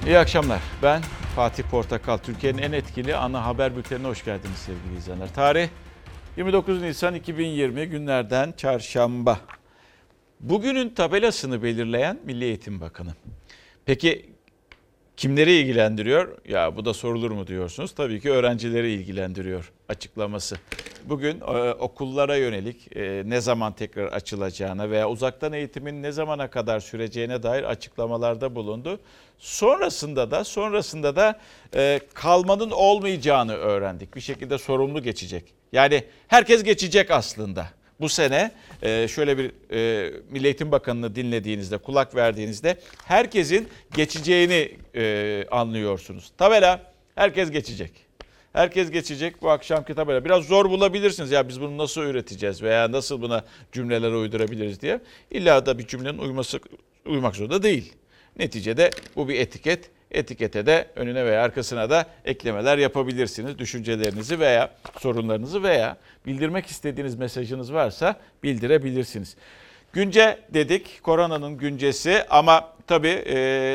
İyi akşamlar. Ben Fatih Portakal. Türkiye'nin en etkili ana haber bültenine hoş geldiniz sevgili izleyenler. Tarih 29 Nisan 2020 günlerden çarşamba. Bugünün tabelasını belirleyen Milli Eğitim Bakanı. Peki kimleri ilgilendiriyor? Ya bu da sorulur mu diyorsunuz? Tabii ki öğrencileri ilgilendiriyor açıklaması. Bugün okullara yönelik ne zaman tekrar açılacağına veya uzaktan eğitimin ne zamana kadar süreceğine dair açıklamalarda bulundu. Sonrasında da kalmanın olmayacağını öğrendik. Bir şekilde sorumlu geçecek. Yani herkes geçecek aslında. Bu sene şöyle bir Milli Eğitim Bakanı'nı dinlediğinizde, kulak verdiğinizde herkesin geçeceğini anlıyorsunuz. Tabela, herkes geçecek. Herkes geçecek bu akşamki tabela. Biraz zor bulabilirsiniz ya biz bunu nasıl üreteceğiz veya nasıl buna cümleler uydurabiliriz diye. İlla da bir cümlenin uymak zorunda değil. Neticede bu bir etiket. Etikete de önüne veya arkasına da eklemeler yapabilirsiniz. Düşüncelerinizi veya sorunlarınızı veya bildirmek istediğiniz mesajınız varsa bildirebilirsiniz. Günce dedik, koronanın güncesi ama tabii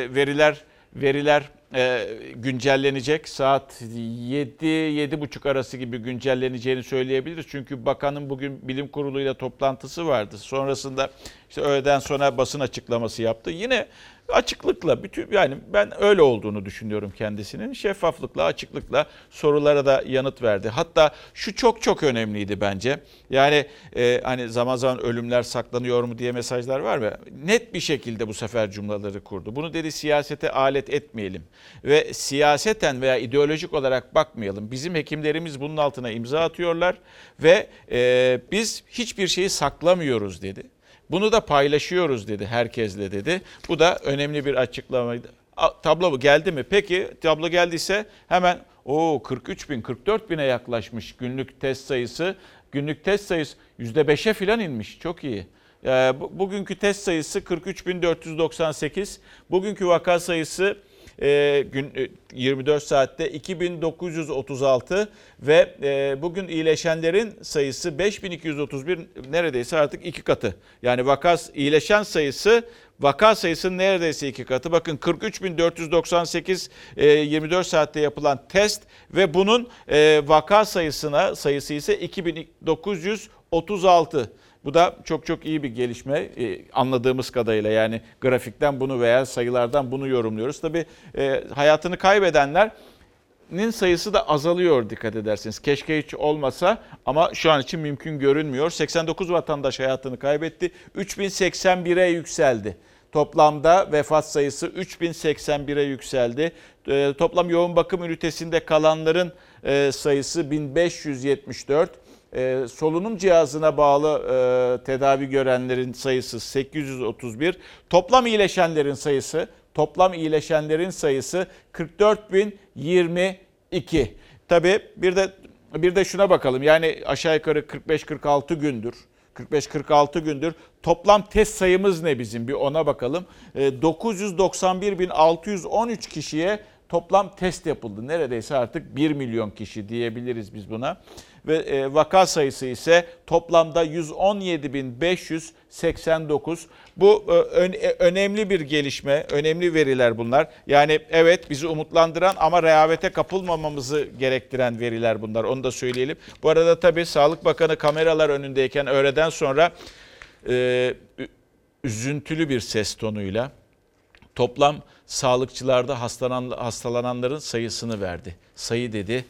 veriler güncellenecek. Saat 7-7.30 arası gibi güncelleneceğini söyleyebiliriz. Çünkü bakanın bugün bilim kuruluyla toplantısı vardı. Sonrasında işte öğleden sonra basın açıklaması yaptı. Yine açıklıkla, yani ben öyle olduğunu düşünüyorum kendisinin. Şeffaflıkla, açıklıkla sorulara da yanıt verdi. Hatta şu çok önemliydi bence. Yani hani zaman zaman ölümler saklanıyor mu diye mesajlar var mı? Net bir şekilde bu sefer cümleleri kurdu. Bunu dedi siyasete alet etmeyelim ve siyaseten veya ideolojik olarak bakmayalım. Bizim hekimlerimiz bunun altına imza atıyorlar ve biz hiçbir şeyi saklamıyoruz dedi. Bunu da paylaşıyoruz dedi herkesle dedi. Bu da önemli bir açıklamaydı. Tablo geldi mi? Peki tablo geldiyse hemen 43 bin 44 bine yaklaşmış günlük test sayısı. Günlük test sayısı %5'e falan inmiş. Çok iyi. Bugünkü test sayısı 43.498. Bugünkü vaka sayısı 24 saatte 2936 ve bugün iyileşenlerin sayısı 5231, neredeyse artık 2 katı. Yani iyileşen sayısı vaka sayısının neredeyse 2 katı. Bakın 43.498 24 saatte yapılan test ve bunun vaka sayısı ise 2936. Bu da çok iyi bir gelişme anladığımız kadarıyla, yani grafikten bunu veya sayılardan bunu yorumluyoruz. Tabii hayatını kaybedenlerin sayısı da azalıyor dikkat ederseniz. Keşke hiç olmasa ama şu an için mümkün görünmüyor. 89 vatandaş hayatını kaybetti. 3081'e yükseldi. Toplamda vefat sayısı 3081'e yükseldi. Toplam yoğun bakım ünitesinde kalanların sayısı 1574. Solunum cihazına bağlı tedavi görenlerin sayısı 831. Toplam iyileşenlerin sayısı 44.022. Tabii bir de şuna bakalım. Yani aşağı yukarı 45-46 gündür. 45-46 gündür toplam test sayımız ne bizim, bir ona bakalım. 991.613 kişiye toplam test yapıldı. Neredeyse artık 1 milyon kişi diyebiliriz biz buna. Ve vaka sayısı ise toplamda 117.589. Bu önemli bir gelişme, önemli veriler bunlar. Yani evet, bizi umutlandıran ama rehavete kapılmamamızı gerektiren veriler bunlar. Onu da söyleyelim. Bu arada tabii Sağlık Bakanı kameralar önündeyken öğleden sonra üzüntülü bir ses tonuyla toplam sağlıkçılarda hastalananların sayısını verdi. Sayı dedi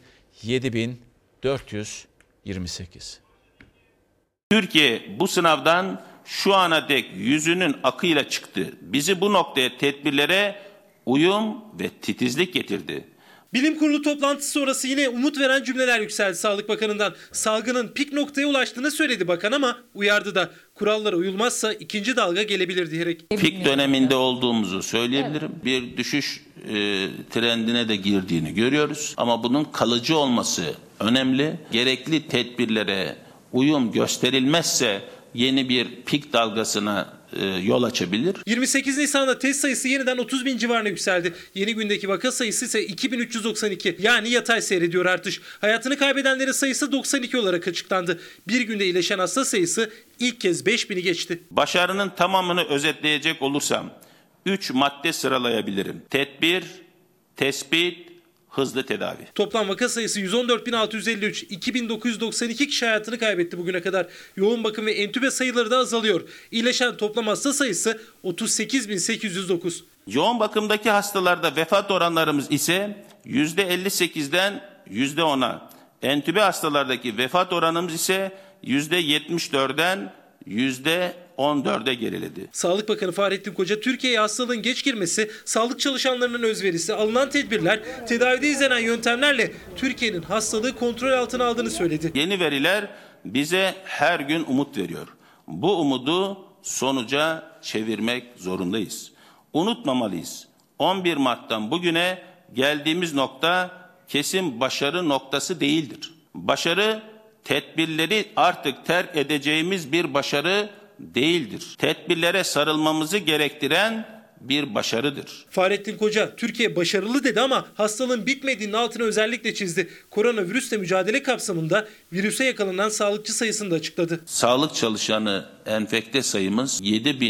7.428. Türkiye bu sınavdan şu ana dek yüzünün akıyla çıktı. Bizi bu noktaya, tedbirlere uyum ve titizlik getirdi. Bilim Kurulu toplantısı sonrası yine umut veren cümleler yükseldi Sağlık Bakanı'ndan. Salgının pik noktaya ulaştığını söyledi bakan ama uyardı da kurallara uyulmazsa ikinci dalga gelebilir diyerek. Pik döneminde olduğumuzu söyleyebilirim. Evet. Bir düşüş trendine de girdiğini görüyoruz. Ama bunun kalıcı olması önemli. Gerekli tedbirlere uyum gösterilmezse yeni bir pik dalgasına yol açabilir. 28 Nisan'da test sayısı yeniden 30 bin civarına yükseldi. Yeni gündeki vaka sayısı ise 2392. Yani yatay seyrediyor artış. Hayatını kaybedenlerin sayısı 92 olarak açıklandı. Bir günde iyileşen hasta sayısı ilk kez 5000'i geçti. Başarının tamamını özetleyecek olursam 3 madde sıralayabilirim. Tedbir, tespit, hızlı tedavi. Toplam vaka sayısı 114.653, 2.992 kişi hayatını kaybetti bugüne kadar. Yoğun bakım ve entübe sayıları da azalıyor. İyileşen toplam hasta sayısı 38.809. Yoğun bakımdaki hastalarda vefat oranlarımız ise %58'den %10'a. Entübe hastalardaki vefat oranımız ise %74'den %14'e geriledi. Sağlık Bakanı Fahrettin Koca, Türkiye'ye hastalığın geç girmesi, sağlık çalışanlarının özverisi, alınan tedbirler, tedavide izlenen yöntemlerle Türkiye'nin hastalığı kontrol altına aldığını söyledi. Yeni veriler bize her gün umut veriyor. Bu umudu sonuca çevirmek zorundayız. Unutmamalıyız. 11 Mart'tan bugüne geldiğimiz nokta kesin başarı noktası değildir. Başarı tedbirleri artık terk edeceğimiz bir başarı değildir. Tedbirlere sarılmamızı gerektiren bir başarıdır. Fahrettin Koca, Türkiye başarılı dedi ama hastalığın bitmediğinin altını özellikle çizdi. Koronavirüsle mücadele kapsamında virüse yakalanan sağlıkçı sayısını da açıkladı. Sağlık çalışanı enfekte sayımız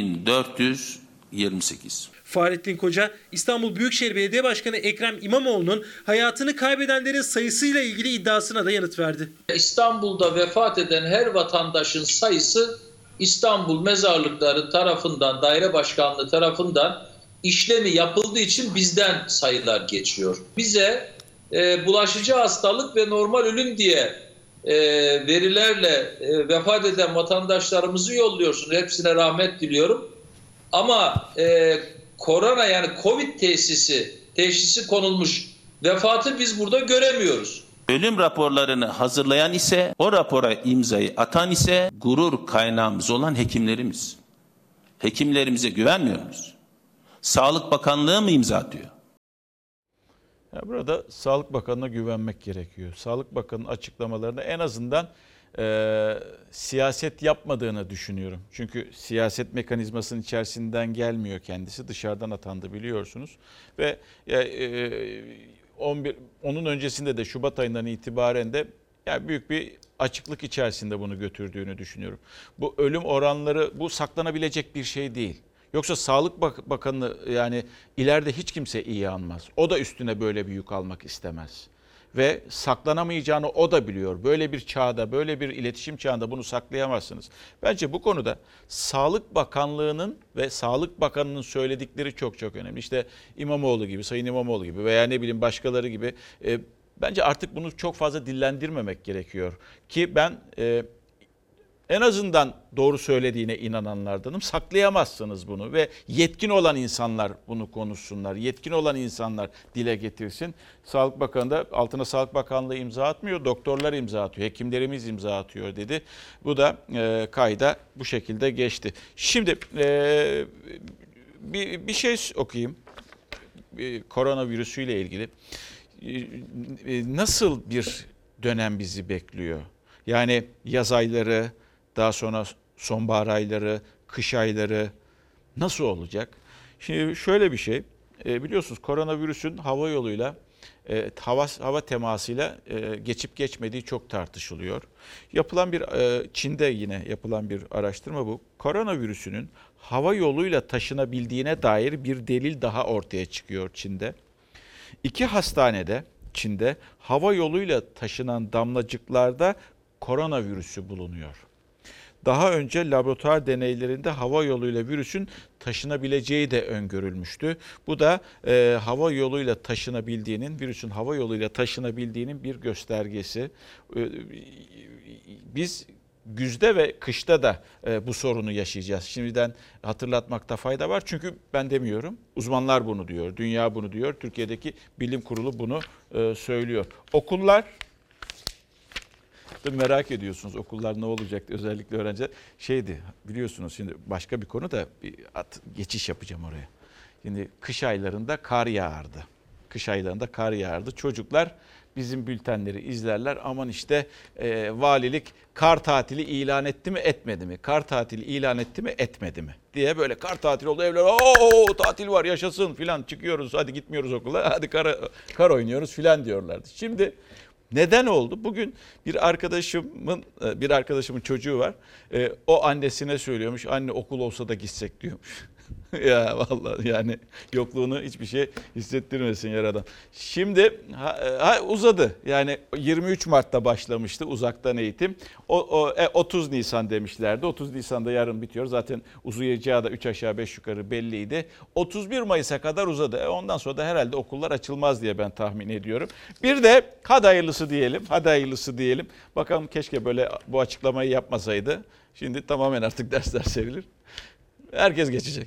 7.428. Fahrettin Koca, İstanbul Büyükşehir Belediye Başkanı Ekrem İmamoğlu'nun hayatını kaybedenlerin sayısıyla ilgili iddiasına da yanıt verdi. İstanbul'da vefat eden her vatandaşın sayısı İstanbul Mezarlıkları tarafından, daire başkanlığı tarafından işlemi yapıldığı için bizden sayılar geçiyor. Bize bulaşıcı hastalık ve normal ölüm diye verilerle vefat eden vatandaşlarımızı yolluyorsunuz. Hepsine rahmet diliyorum. Ama korona yani Covid teşhisi konulmuş vefatı biz burada göremiyoruz. Ölüm raporlarını hazırlayan ise, o rapora imzayı atan ise gurur kaynağımız olan hekimlerimiz. Hekimlerimize güvenmiyor muyuz? Sağlık Bakanlığı mı imza atıyor? Ya burada Sağlık Bakanı'na güvenmek gerekiyor. Sağlık Bakanı'nın açıklamalarında en azından siyaset yapmadığını düşünüyorum. Çünkü siyaset mekanizmasının içerisinden gelmiyor kendisi. Dışarıdan atandı biliyorsunuz. Ve onun öncesinde de Şubat ayından itibaren de yani büyük bir açıklık içerisinde bunu götürdüğünü düşünüyorum. Bu ölüm oranları bu saklanabilecek bir şey değil. Yoksa Sağlık Bakanı yani ileride hiç kimse iyi almaz. O da üstüne böyle bir yük almak istemez. Ve saklanamayacağını o da biliyor. Böyle bir çağda, böyle bir iletişim çağında bunu saklayamazsınız. Bence bu konuda Sağlık Bakanlığı'nın ve Sağlık Bakanı'nın söyledikleri çok çok önemli. İşte İmamoğlu gibi, Sayın İmamoğlu gibi veya ne bileyim başkaları gibi bence artık bunu çok fazla dillendirmemek gerekiyor. Ki ben en azından doğru söylediğine inananlardanım. Saklayamazsınız bunu ve yetkin olan insanlar bunu konuşsunlar. Yetkin olan insanlar dile getirsin. Sağlık Bakanı da altına Sağlık Bakanlığı imza atmıyor, doktorlar imza atıyor, hekimlerimiz imza atıyor dedi. Bu da kayda bu şekilde geçti. Şimdi bir şey okuyayım. Koronavirüsüyle ilgili. Nasıl bir dönem bizi bekliyor? Yani yaz ayları, daha sonra sonbahar ayları, kış ayları nasıl olacak? Şimdi şöyle bir şey, biliyorsunuz koronavirüsün hava yoluyla, hava temasıyla geçip geçmediği çok tartışılıyor. Yapılan bir, Çin'de yine yapılan bir araştırma bu. Koronavirüsünün hava yoluyla taşınabildiğine dair bir delil daha ortaya çıkıyor Çin'de. 2 hastanede Çin'de hava yoluyla taşınan damlacıklarda koronavirüsü bulunuyor. Daha önce laboratuvar deneylerinde hava yoluyla virüsün taşınabileceği de öngörülmüştü. Bu da hava yoluyla taşınabildiğinin, virüsün hava yoluyla taşınabildiğinin bir göstergesi. Biz güzde ve kışta da bu sorunu yaşayacağız. Şimdiden hatırlatmakta fayda var. Çünkü ben demiyorum, uzmanlar bunu diyor, dünya bunu diyor, Türkiye'deki bilim kurulu bunu söylüyor. Okullar, merak ediyorsunuz okullar ne olacak, özellikle öğrenciler. Biliyorsunuz şimdi başka bir konu da geçiş yapacağım oraya. Şimdi kış aylarında kar yağardı. Kış aylarında kar yağardı. Çocuklar bizim bültenleri izlerler. Aman işte valilik kar tatili ilan etti mi etmedi mi? Kar tatili ilan etti mi etmedi mi? Diye böyle kar tatili oldu. Evler tatil var yaşasın filan çıkıyoruz. Hadi gitmiyoruz okula. Hadi kar oynuyoruz filan diyorlardı. Şimdi neden oldu? Bugün bir arkadaşımın çocuğu var. O annesine söylüyormuş. Anne okul olsa da gitsek diyormuş. Ya vallahi yani yokluğunu hiçbir şey hissettirmesin Yaradan. Şimdi uzadı. Yani 23 Mart'ta başlamıştı uzaktan eğitim. 30 Nisan demişlerdi. 30 Nisan'da yarın bitiyor. Zaten uzayacağı da 3 aşağı 5 yukarı belliydi. 31 Mayıs'a kadar uzadı. Ondan sonra da herhalde okullar açılmaz diye ben tahmin ediyorum. Bir de hadi hayırlısı diyelim. Hadi hayırlısı diyelim. Bakalım keşke böyle bu açıklamayı yapmasaydı. Şimdi tamamen artık dersler sevilir. Herkes geçecek.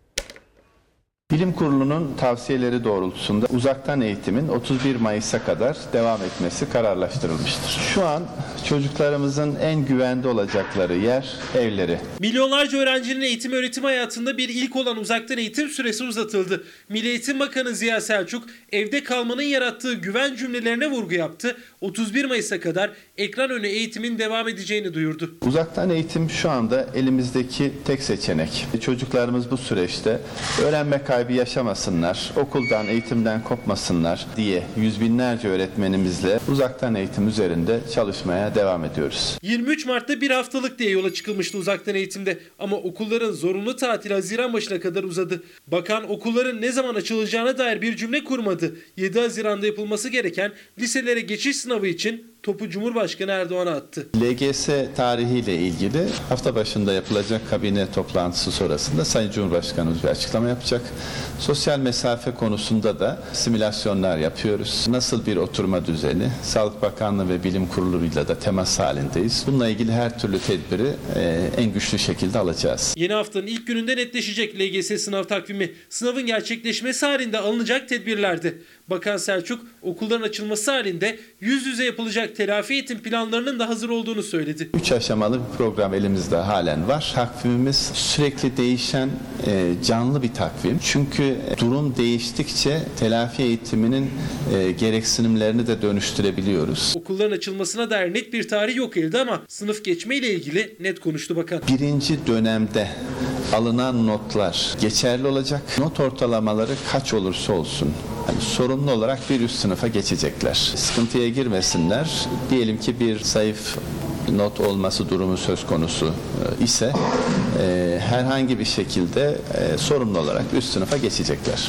Bilim Kurulu'nun tavsiyeleri doğrultusunda uzaktan eğitimin 31 Mayıs'a kadar devam etmesi kararlaştırılmıştır. Şu an çocuklarımızın en güvende olacakları yer evleri. Milyonlarca öğrencinin eğitim öğretim hayatında bir ilk olan uzaktan eğitim süresi uzatıldı. Milli Eğitim Bakanı Ziya Selçuk evde kalmanın yarattığı güven cümlelerine vurgu yaptı. 31 Mayıs'a kadar ekran önü eğitimin devam edeceğini duyurdu. Uzaktan eğitim şu anda elimizdeki tek seçenek. Çocuklarımız bu süreçte öğrenme kaybı yaşamasınlar, okuldan, eğitimden kopmasınlar diye yüz binlerce öğretmenimizle uzaktan eğitim üzerinde çalışmaya devam ediyoruz. 23 Mart'ta bir haftalık diye yola çıkılmıştı uzaktan eğitimde ama okulların zorunlu tatili Haziran başına kadar uzadı. Bakan okulların ne zaman açılacağına dair bir cümle kurmadı. 7 Haziran'da yapılması gereken liselere geçiş sınavı için topu Cumhurbaşkanı Erdoğan'a attı. LGS tarihiyle ilgili hafta başında yapılacak kabine toplantısı sonrasında Sayın Cumhurbaşkanımız bir açıklama yapacak. Sosyal mesafe konusunda da simülasyonlar yapıyoruz. Nasıl bir oturma düzeni, Sağlık Bakanlığı ve Bilim Kurulu'yla da temas halindeyiz. Bununla ilgili her türlü tedbiri en güçlü şekilde alacağız. Yeni haftanın ilk gününde netleşecek LGS sınav takvimi. Sınavın gerçekleşmesi halinde alınacak tedbirlerdi. Bakan Selçuk okulların açılması halinde yüz yüze yapılacak telafi eğitim planlarının da hazır olduğunu söyledi. 3 aşamalı bir program elimizde halen var. Takvimimiz sürekli değişen canlı bir takvim. Çünkü durum değiştikçe telafi eğitiminin gereksinimlerini de dönüştürebiliyoruz. Okulların açılmasına dair net bir tarih yok elde ama sınıf geçme ile ilgili net konuştu bakan. Birinci dönemde alınan notlar geçerli olacak. Not ortalamaları kaç olursa olsun yani sorumlu olarak bir üst sınıfa geçecekler. Sıkıntıya girmesinler. Diyelim ki bir zayıf not olması durumu söz konusu ise herhangi bir şekilde sorumlu olarak üst sınıfa geçecekler.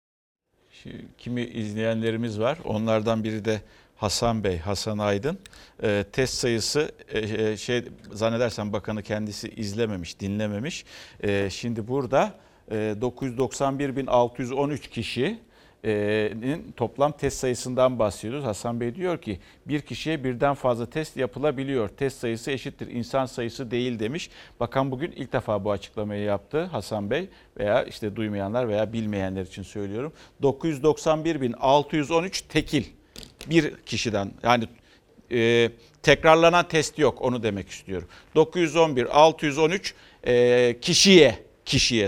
Kimi izleyenlerimiz var. Onlardan biri de Hasan Bey, Hasan Aydın. Test sayısı zannedersem bakanı kendisi izlememiş, dinlememiş. Şimdi burada 991.613 kişinin toplam test sayısından bahsediyoruz. Hasan Bey diyor ki bir kişiye birden fazla test yapılabiliyor. Test sayısı eşittir insan sayısı değil demiş. Bakan bugün ilk defa bu açıklamayı yaptı Hasan Bey veya işte duymayanlar veya bilmeyenler için söylüyorum. 991.613 tekil bir kişiden yani tekrarlanan test yok onu demek istiyorum. 911.613 kişiye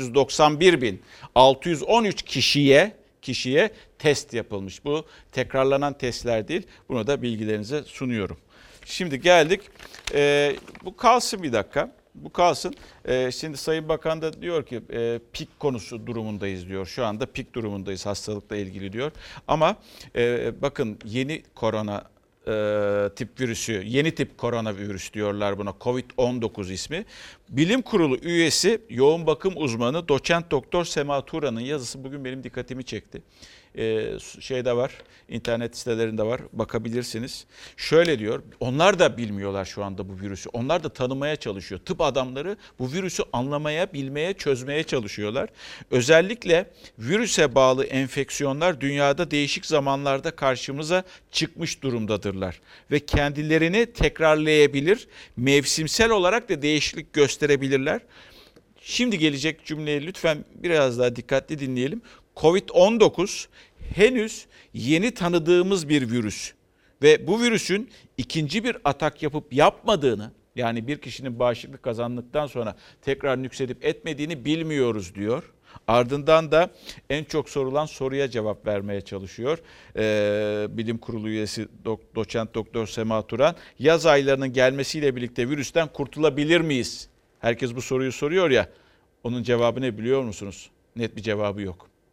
991.613 kişiye test yapılmış. Bu tekrarlanan testler değil. Bunu da bilgilerinize sunuyorum. Şimdi geldik. Bu kalsın bir dakika. Bu kalsın. Şimdi Sayın Bakan da diyor ki pik konusu durumundayız diyor. Şu anda pik durumundayız hastalıkla ilgili diyor. Ama bakın yeni korona tip virüsü, yeni tip koronavirüs diyorlar buna. Covid-19 ismi. Bilim Kurulu üyesi, yoğun bakım uzmanı doçent doktor Sema Turan'ın yazısı bugün benim dikkatimi çekti. Şeyde var, internet sitelerinde var, bakabilirsiniz. Şöyle diyor, onlar da bilmiyorlar şu anda bu virüsü. Onlar da tanımaya çalışıyor. Tıp adamları bu virüsü anlamaya, bilmeye, çözmeye çalışıyorlar. Özellikle virüse bağlı enfeksiyonlar dünyada değişik zamanlarda karşımıza çıkmış durumdadırlar. Ve kendilerini tekrarlayabilir, mevsimsel olarak da değişiklik gösterebilirler. Şimdi gelecek cümleyi lütfen biraz daha dikkatli dinleyelim. Covid-19 henüz yeni tanıdığımız bir virüs ve bu virüsün ikinci bir atak yapıp yapmadığını, yani bir kişinin bağışıklık kazandıktan sonra tekrar nüksedip etmediğini bilmiyoruz diyor. Ardından da en çok sorulan soruya cevap vermeye çalışıyor. Bilim Kurulu üyesi doçent doktor Sema Turan, yaz aylarının gelmesiyle birlikte virüsten kurtulabilir miyiz? Herkes bu soruyu soruyor ya, onun cevabı ne biliyor musunuz? Net bir cevabı yok.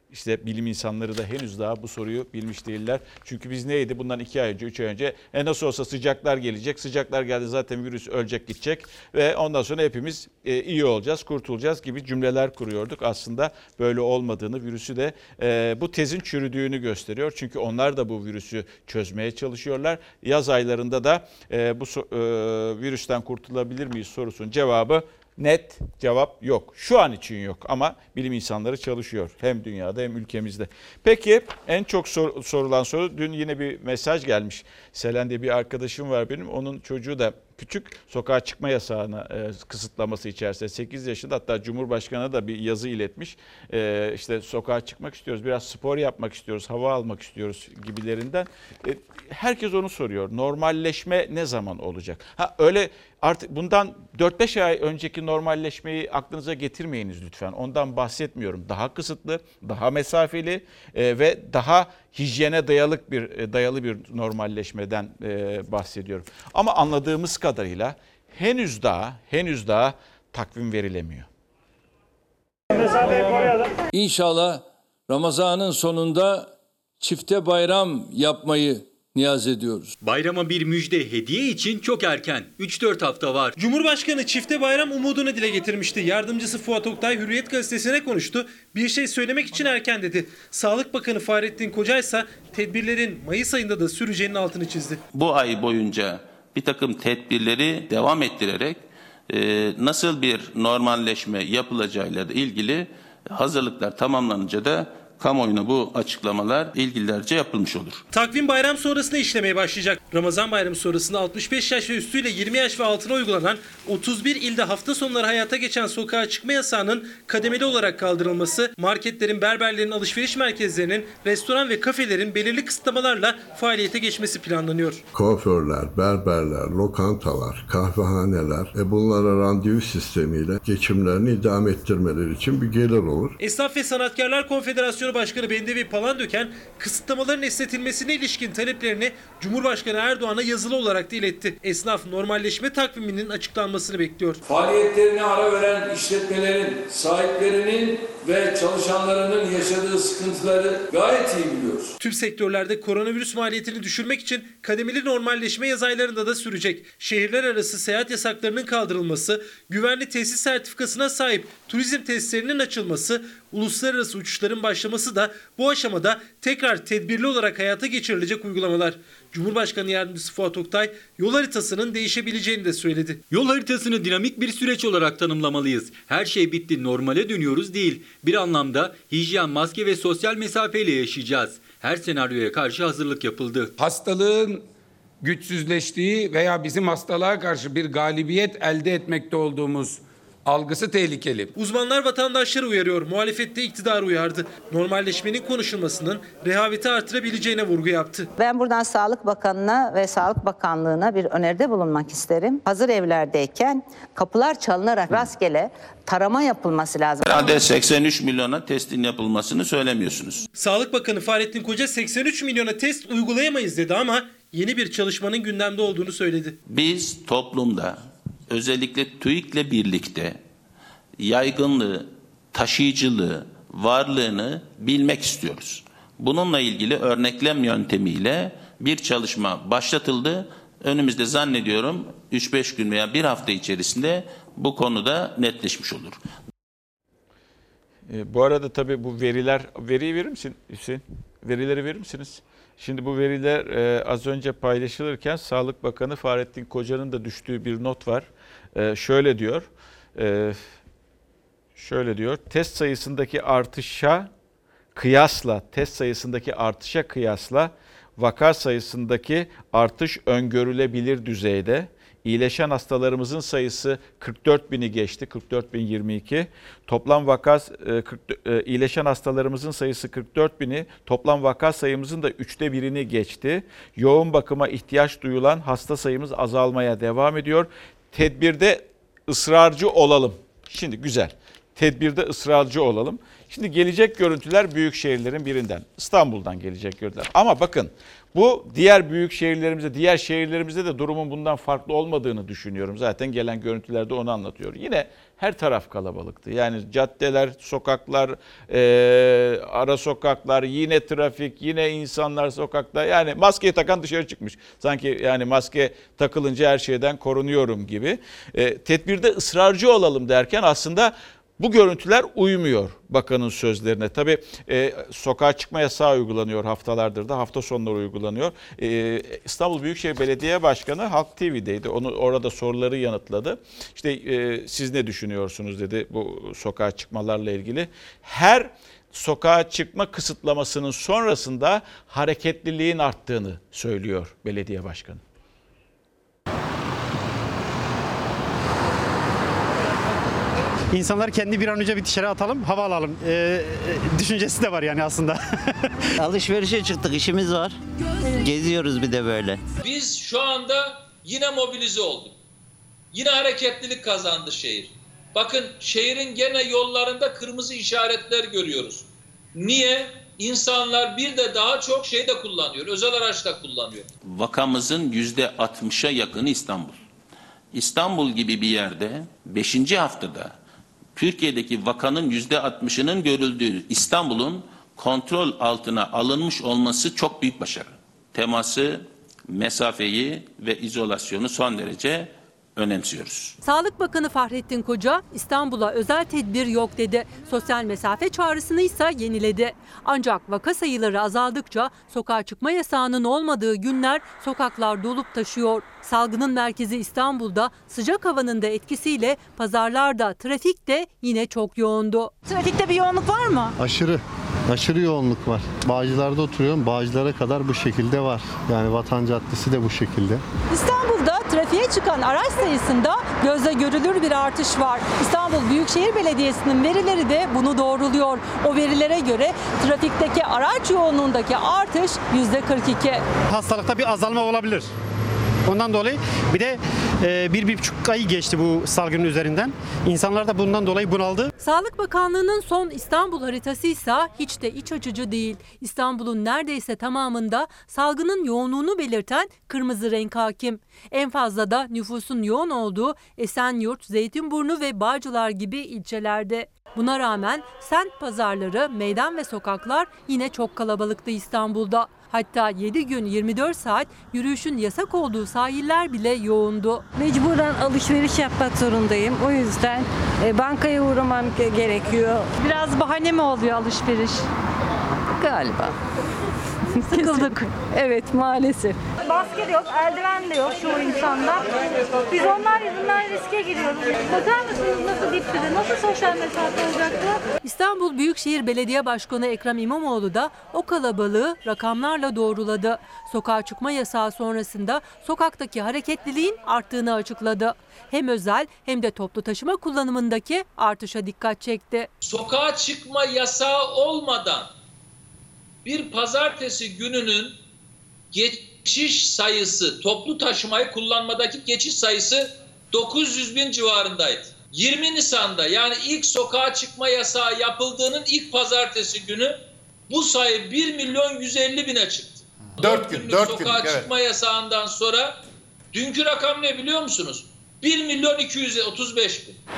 İşte bilim insanları da henüz daha bu soruyu bilmiş değiller. Çünkü biz neydi? Bundan 2 ay önce, 3 ay önce nasıl olsa sıcaklar gelecek. Sıcaklar geldi zaten virüs ölecek gidecek ve ondan sonra hepimiz iyi olacağız, kurtulacağız gibi cümleler kuruyorduk. Aslında böyle olmadığını, virüsü de bu tezin çürüdüğünü gösteriyor. Çünkü onlar da bu virüsü çözmeye çalışıyorlar. Yaz aylarında da bu virüsten kurtulabilir miyiz sorusunun cevabı net cevap yok. Şu an için yok ama bilim insanları çalışıyor. Hem dünyada hem ülkemizde. Peki en çok sorulan soru, dün yine bir mesaj gelmiş. Selen diye bir arkadaşım var benim. Onun çocuğu da küçük, sokağa çıkma yasağına kısıtlaması içerisinde 8 yaşında, hatta Cumhurbaşkanı da bir yazı iletmiş. İşte sokağa çıkmak istiyoruz, biraz spor yapmak istiyoruz, hava almak istiyoruz gibilerinden. Herkes onu soruyor. Normalleşme ne zaman olacak? Öyle artık bundan 4-5 ay önceki normalleşmeyi aklınıza getirmeyiniz lütfen. Ondan bahsetmiyorum. Daha kısıtlı, daha mesafeli ve daha hijyene dayalı bir normalleşmeden bahsediyorum. Ama anladığımız kadarıyla henüz daha takvim verilemiyor. İnşallah Ramazan'ın sonunda çifte bayram yapmayı niyaz ediyoruz. Bayrama bir müjde hediye için çok erken. 3-4 hafta var. Cumhurbaşkanı çifte bayram umudunu dile getirmişti. Yardımcısı Fuat Oktay Hürriyet gazetesine konuştu. Bir şey söylemek için erken dedi. Sağlık Bakanı Fahrettin Koca ise tedbirlerin Mayıs ayında da süreceğinin altını çizdi. Bu ay boyunca bir takım tedbirleri devam ettirerek nasıl bir normalleşme yapılacağıyla da ilgili hazırlıklar tamamlanınca da kamuoyuna bu açıklamalar ilgililerce yapılmış olur. Takvim bayram sonrasında işlemeye başlayacak. Ramazan bayramı sonrasında 65 yaş ve üstüyle 20 yaş ve altına uygulanan 31 ilde hafta sonları hayata geçen sokağa çıkma yasağının kademeli olarak kaldırılması, marketlerin, berberlerin, alışveriş merkezlerinin, restoran ve kafelerin belirli kısıtlamalarla faaliyete geçmesi planlanıyor. Kuaförler, berberler, lokantalar, kahvehaneler bunlara randevu sistemiyle geçimlerini idame ettirmeleri için bir gelir olur. Esnaf ve Sanatkarlar Konfederasyonu Başkanı Bendevi Palandöken kısıtlamaların esnetilmesine ilişkin taleplerini Cumhurbaşkanı Erdoğan'a yazılı olarak da iletti. Esnaf normalleşme takviminin açıklanmasını bekliyor. Faaliyetlerine ara veren işletmelerin sahiplerinin ve çalışanlarının yaşadığı sıkıntıları gayet iyi biliyoruz. Tüm sektörlerde koronavirüs maliyetini düşürmek için kademeli normalleşme yaz aylarında da sürecek. Şehirler arası seyahat yasaklarının kaldırılması, güvenli tesis sertifikasına sahip turizm tesislerinin açılması, uluslararası uçuşların başlaması da bu aşamada tekrar tedbirli olarak hayata geçirilecek uygulamalar. Cumhurbaşkanı Yardımcısı Fuat Oktay yol haritasının değişebileceğini de söyledi. Yol haritasını dinamik bir süreç olarak tanımlamalıyız. Her şey bitti, normale dönüyoruz değil. Bir anlamda hijyen, maske ve sosyal mesafeyle yaşayacağız. Her senaryoya karşı hazırlık yapıldı. Hastalığın güçsüzleştiği veya bizim hastalığa karşı bir galibiyet elde etmekte olduğumuz algısı tehlikeli. Uzmanlar vatandaşları uyarıyor. Muhalefette iktidarı uyardı. Normalleşmenin konuşulmasının rehaveti artırabileceğine vurgu yaptı. Ben buradan Sağlık Bakanı'na ve Sağlık Bakanlığı'na bir öneride bulunmak isterim. Hazır evlerdeyken kapılar çalınarak rastgele tarama yapılması lazım. Herhalde 83 milyona testin yapılmasını söylemiyorsunuz. Sağlık Bakanı Fahrettin Koca 83 milyona test uygulayamayız dedi ama yeni bir çalışmanın gündemde olduğunu söyledi. Biz toplumda özellikle TÜİK'le birlikte yaygınlığı, taşıyıcılığı, varlığını bilmek istiyoruz. Bununla ilgili örneklem yöntemiyle bir çalışma başlatıldı. Önümüzde zannediyorum 3-5 gün veya bir hafta içerisinde bu konuda netleşmiş olur. Bu arada tabii bu veriyi verir misin Hüseyin? Verileri verir misiniz? Şimdi bu veriler az önce paylaşılırken Sağlık Bakanı Fahrettin Koca'nın da düştüğü bir not var. Şöyle diyor, test sayısındaki artışa kıyasla vaka sayısındaki artış öngörülebilir düzeyde. İyileşen hastalarımızın sayısı 44.000'i geçti, 44.022. Toplam iyileşen hastalarımızın sayısı 44.000'i, toplam vaka sayımızın da 1/3'ünü geçti. Yoğun bakıma ihtiyaç duyulan hasta sayımız azalmaya devam ediyor. Tedbirde ısrarcı olalım. Şimdi güzel. tedbirde ısrarcı olalım. Şimdi gelecek görüntüler büyük şehirlerin birinden. İstanbul'dan gelecek görüntüler. Ama bakın bu diğer büyük şehirlerimizde, diğer şehirlerimizde de durumun bundan farklı olmadığını düşünüyorum. Zaten gelen görüntülerde onu anlatıyor. Yine her taraf kalabalıktı. Yani caddeler, sokaklar, ara sokaklar, yine trafik, yine insanlar sokakta. Yani maskeyi takan dışarı çıkmış. Sanki yani maske takılınca her şeyden korunuyorum gibi. Tedbirde ısrarcı olalım derken aslında bu görüntüler uymuyor bakanın sözlerine. Tabii sokağa çıkma yasağı uygulanıyor haftalardır da, hafta sonları uygulanıyor. İstanbul Büyükşehir Belediye Başkanı Halk TV'deydi. Orada soruları yanıtladı. İşte siz ne düşünüyorsunuz dedi bu sokağa çıkmalarla ilgili. Her sokağa çıkma kısıtlamasının sonrasında hareketliliğin arttığını söylüyor belediye başkanı. İnsanlar kendi bir an önce bir dışarı atalım, hava alalım düşüncesi de var yani aslında. Alışverişe çıktık, işimiz var. Geziyoruz bir de böyle. Biz şu anda yine mobilize olduk. Yine hareketlilik kazandı şehir. Bakın şehrin gene yollarında kırmızı işaretler görüyoruz. Niye? İnsanlar bir de daha çok şey de kullanıyor, özel araç da kullanıyor. Vakamızın %60'a yakını İstanbul. İstanbul gibi bir yerde 5. haftada Türkiye'deki vakanın %60'ının görüldüğü İstanbul'un kontrol altına alınmış olması çok büyük başarı. Teması, mesafeyi ve izolasyonu son derece önemsiyoruz. Sağlık Bakanı Fahrettin Koca İstanbul'a özel tedbir yok dedi. Sosyal mesafe çağrısını ise yeniledi. Ancak vaka sayıları azaldıkça sokağa çıkma yasağının olmadığı günler sokaklar dolup taşıyor. Salgının merkezi İstanbul'da sıcak havanın da etkisiyle pazarlarda, trafik de yine çok yoğundu. Trafikte bir yoğunluk var mı? Aşırı yoğunluk var. Bağcılar'da oturuyorum. Bağcılar'a kadar bu şekilde var. Yani Vatan Caddesi de bu şekilde. İstanbul'da trafiğe çıkan araç sayısında gözle görülür bir artış var. İstanbul Büyükşehir Belediyesi'nin verileri de bunu doğruluyor. O verilere göre trafikteki araç yoğunluğundaki artış %42. Hastalıkta bir azalma olabilir. Ondan dolayı bir de 1,5 ay geçti bu salgının üzerinden. İnsanlar da bundan dolayı bunaldı. Sağlık Bakanlığı'nın son İstanbul haritası ise hiç de iç açıcı değil. İstanbul'un neredeyse tamamında salgının yoğunluğunu belirten kırmızı renk hakim. En fazla da nüfusun yoğun olduğu Esenyurt, Zeytinburnu ve Bağcılar gibi ilçelerde. Buna rağmen semt pazarları, meydan ve sokaklar yine çok kalabalıktı İstanbul'da. Hatta 7 gün 24 saat yürüyüşün yasak olduğu sahiller bile yoğundu. Mecburen alışveriş yapmak zorundayım. O yüzden bankaya uğramam gerekiyor. Biraz bahane mi oluyor alışveriş? Galiba. Sıkıldık. Evet, maalesef. Maske de yok, eldiven de yok çoğu insanda. Biz onlar yüzünden riske giriyoruz. Bakar mısınız nasıl dipti, nasıl sosyal mesafe olacaktı? İstanbul Büyükşehir Belediye Başkanı Ekrem İmamoğlu da o kalabalığı rakamlarla doğruladı. Sokağa çıkma yasağı sonrasında sokaktaki hareketliliğin arttığını açıkladı. Hem özel hem de toplu taşıma kullanımındaki artışa dikkat çekti. Sokağa çıkma yasağı olmadan bir pazartesi gününün geçiş sayısı, toplu taşımayı kullanmadaki geçiş sayısı 900 bin civarındaydı. 20 Nisan'da yani ilk sokağa çıkma yasağı yapıldığının ilk pazartesi günü bu sayı 1.150.000'e çıktı. 4 gün sokağa çıkma yasağından sonra dünkü rakam ne biliyor musunuz? 1.235.000. 1, 2, 3, 4, 5, 6, 7,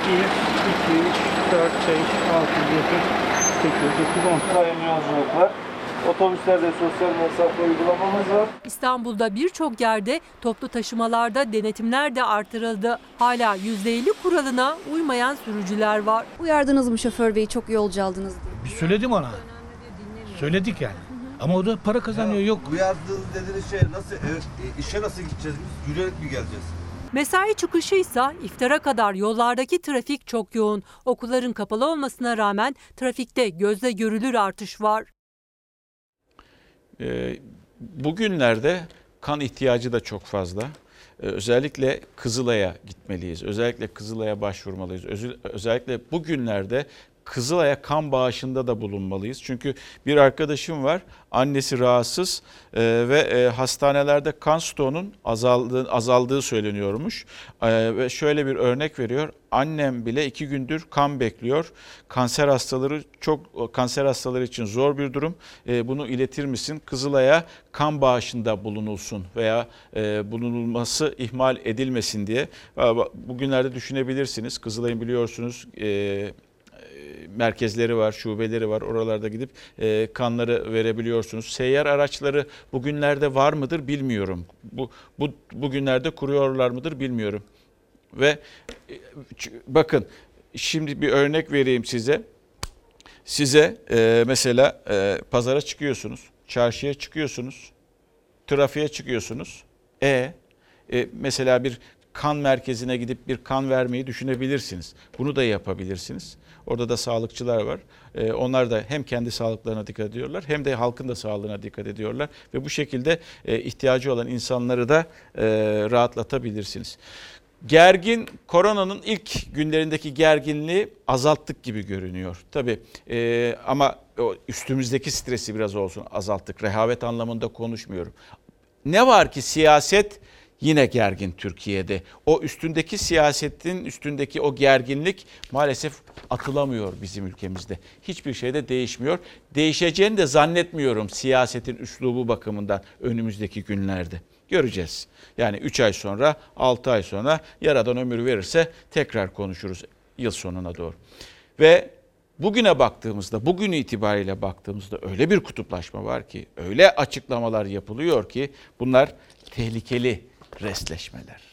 8, 9, 10 sayılı yolculuk var. Otobüslerde sosyal mesafe uygulamamız var. İstanbul'da birçok yerde toplu taşımalarda denetimler de artırıldı. Hala %50 kuralına uymayan sürücüler var. Uyardınız mı şoför beyi, çok yolcu aldınız diye? Biz söyledim ona. Söyledik yani. Ama o da para kazanıyor, yok. Uyardınız dediğiniz şey nasıl, işe nasıl gideceğiz biz? Yürüyerek mi geleceğiz? Mesai çıkışı ise iftara kadar yollardaki trafik çok yoğun. Okulların kapalı olmasına rağmen trafikte gözle görülür artış var. Bugünlerde kan ihtiyacı da çok fazla. Özellikle Kızılay'a gitmeliyiz. Özellikle Kızılay'a başvurmalıyız. Özellikle bugünlerde Kızılay'a kan bağışında da bulunmalıyız. Çünkü bir arkadaşım var, annesi rahatsız ve hastanelerde kan stoğunun azaldığı söyleniyormuş. Ve şöyle bir örnek veriyor. Annem bile 2 gündür kan bekliyor. Kanser hastaları için zor bir durum. Bunu iletir misin? Kızılay'a kan bağışında bulunulsun veya bulunulması ihmal edilmesin diye. Bugünlerde düşünebilirsiniz. Kızılay'ın biliyorsunuz merkezleri var, şubeleri var. Oralarda gidip kanları verebiliyorsunuz. Seyyar araçları bugünlerde var mıdır bilmiyorum. Bugünlerde kuruyorlar mıdır bilmiyorum. Ve bakın şimdi bir örnek vereyim size. Mesela pazara çıkıyorsunuz, çarşıya çıkıyorsunuz, trafiğe çıkıyorsunuz. Mesela bir kan merkezine gidip bir kan vermeyi düşünebilirsiniz. Bunu da yapabilirsiniz. Orada da sağlıkçılar var. Onlar da hem kendi sağlıklarına dikkat ediyorlar hem de halkın da sağlığına dikkat ediyorlar. Ve bu şekilde ihtiyacı olan insanları da rahatlatabilirsiniz. Koronanın ilk günlerindeki gerginliği azalttık gibi görünüyor. Tabii ama üstümüzdeki stresi biraz olsun azalttık. Rehavet anlamında konuşmuyorum. Ne var ki siyaset yine gergin Türkiye'de. O üstündeki siyasetin üstündeki o gerginlik maalesef atılamıyor bizim ülkemizde. Hiçbir şey de değişmiyor. Değişeceğini de zannetmiyorum siyasetin üslubu bakımından önümüzdeki günlerde. Göreceğiz. Yani 3 ay sonra, 6 ay sonra Yaradan ömür verirse tekrar konuşuruz yıl sonuna doğru. Ve bugüne baktığımızda, bugün itibariyle baktığımızda öyle bir kutuplaşma var ki, öyle açıklamalar yapılıyor ki bunlar tehlikeli restleşmeler.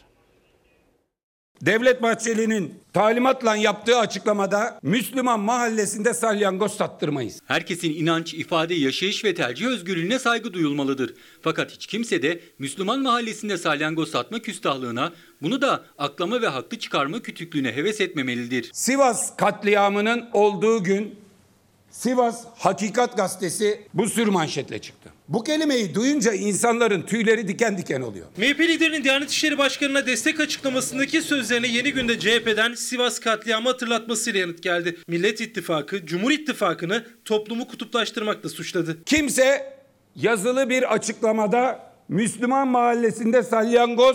Devlet Bahçeli'nin talimatla yaptığı açıklamada Müslüman mahallesinde salyangoz sattırmayız. Herkesin inanç, ifade, yaşayış ve tercih özgürlüğüne saygı duyulmalıdır. Fakat hiç kimse de Müslüman mahallesinde salyangoz satma küstahlığına, bunu da aklama ve haklı çıkarma kütüklüğüne heves etmemelidir. Sivas katliamının olduğu gün Sivas Hakikat Gazetesi bu sürmanşetle çıktı. Bu kelimeyi duyunca insanların tüyleri diken diken oluyor. MHP liderinin Diyanet İşleri Başkanı'na destek açıklamasındaki sözlerine Yeni Gün'de CHP'den Sivas katliamı hatırlatmasıyla yanıt geldi. Millet İttifakı, Cumhur İttifakı'nı toplumu kutuplaştırmakla suçladı. Kimse yazılı bir açıklamada Müslüman mahallesinde salyangoz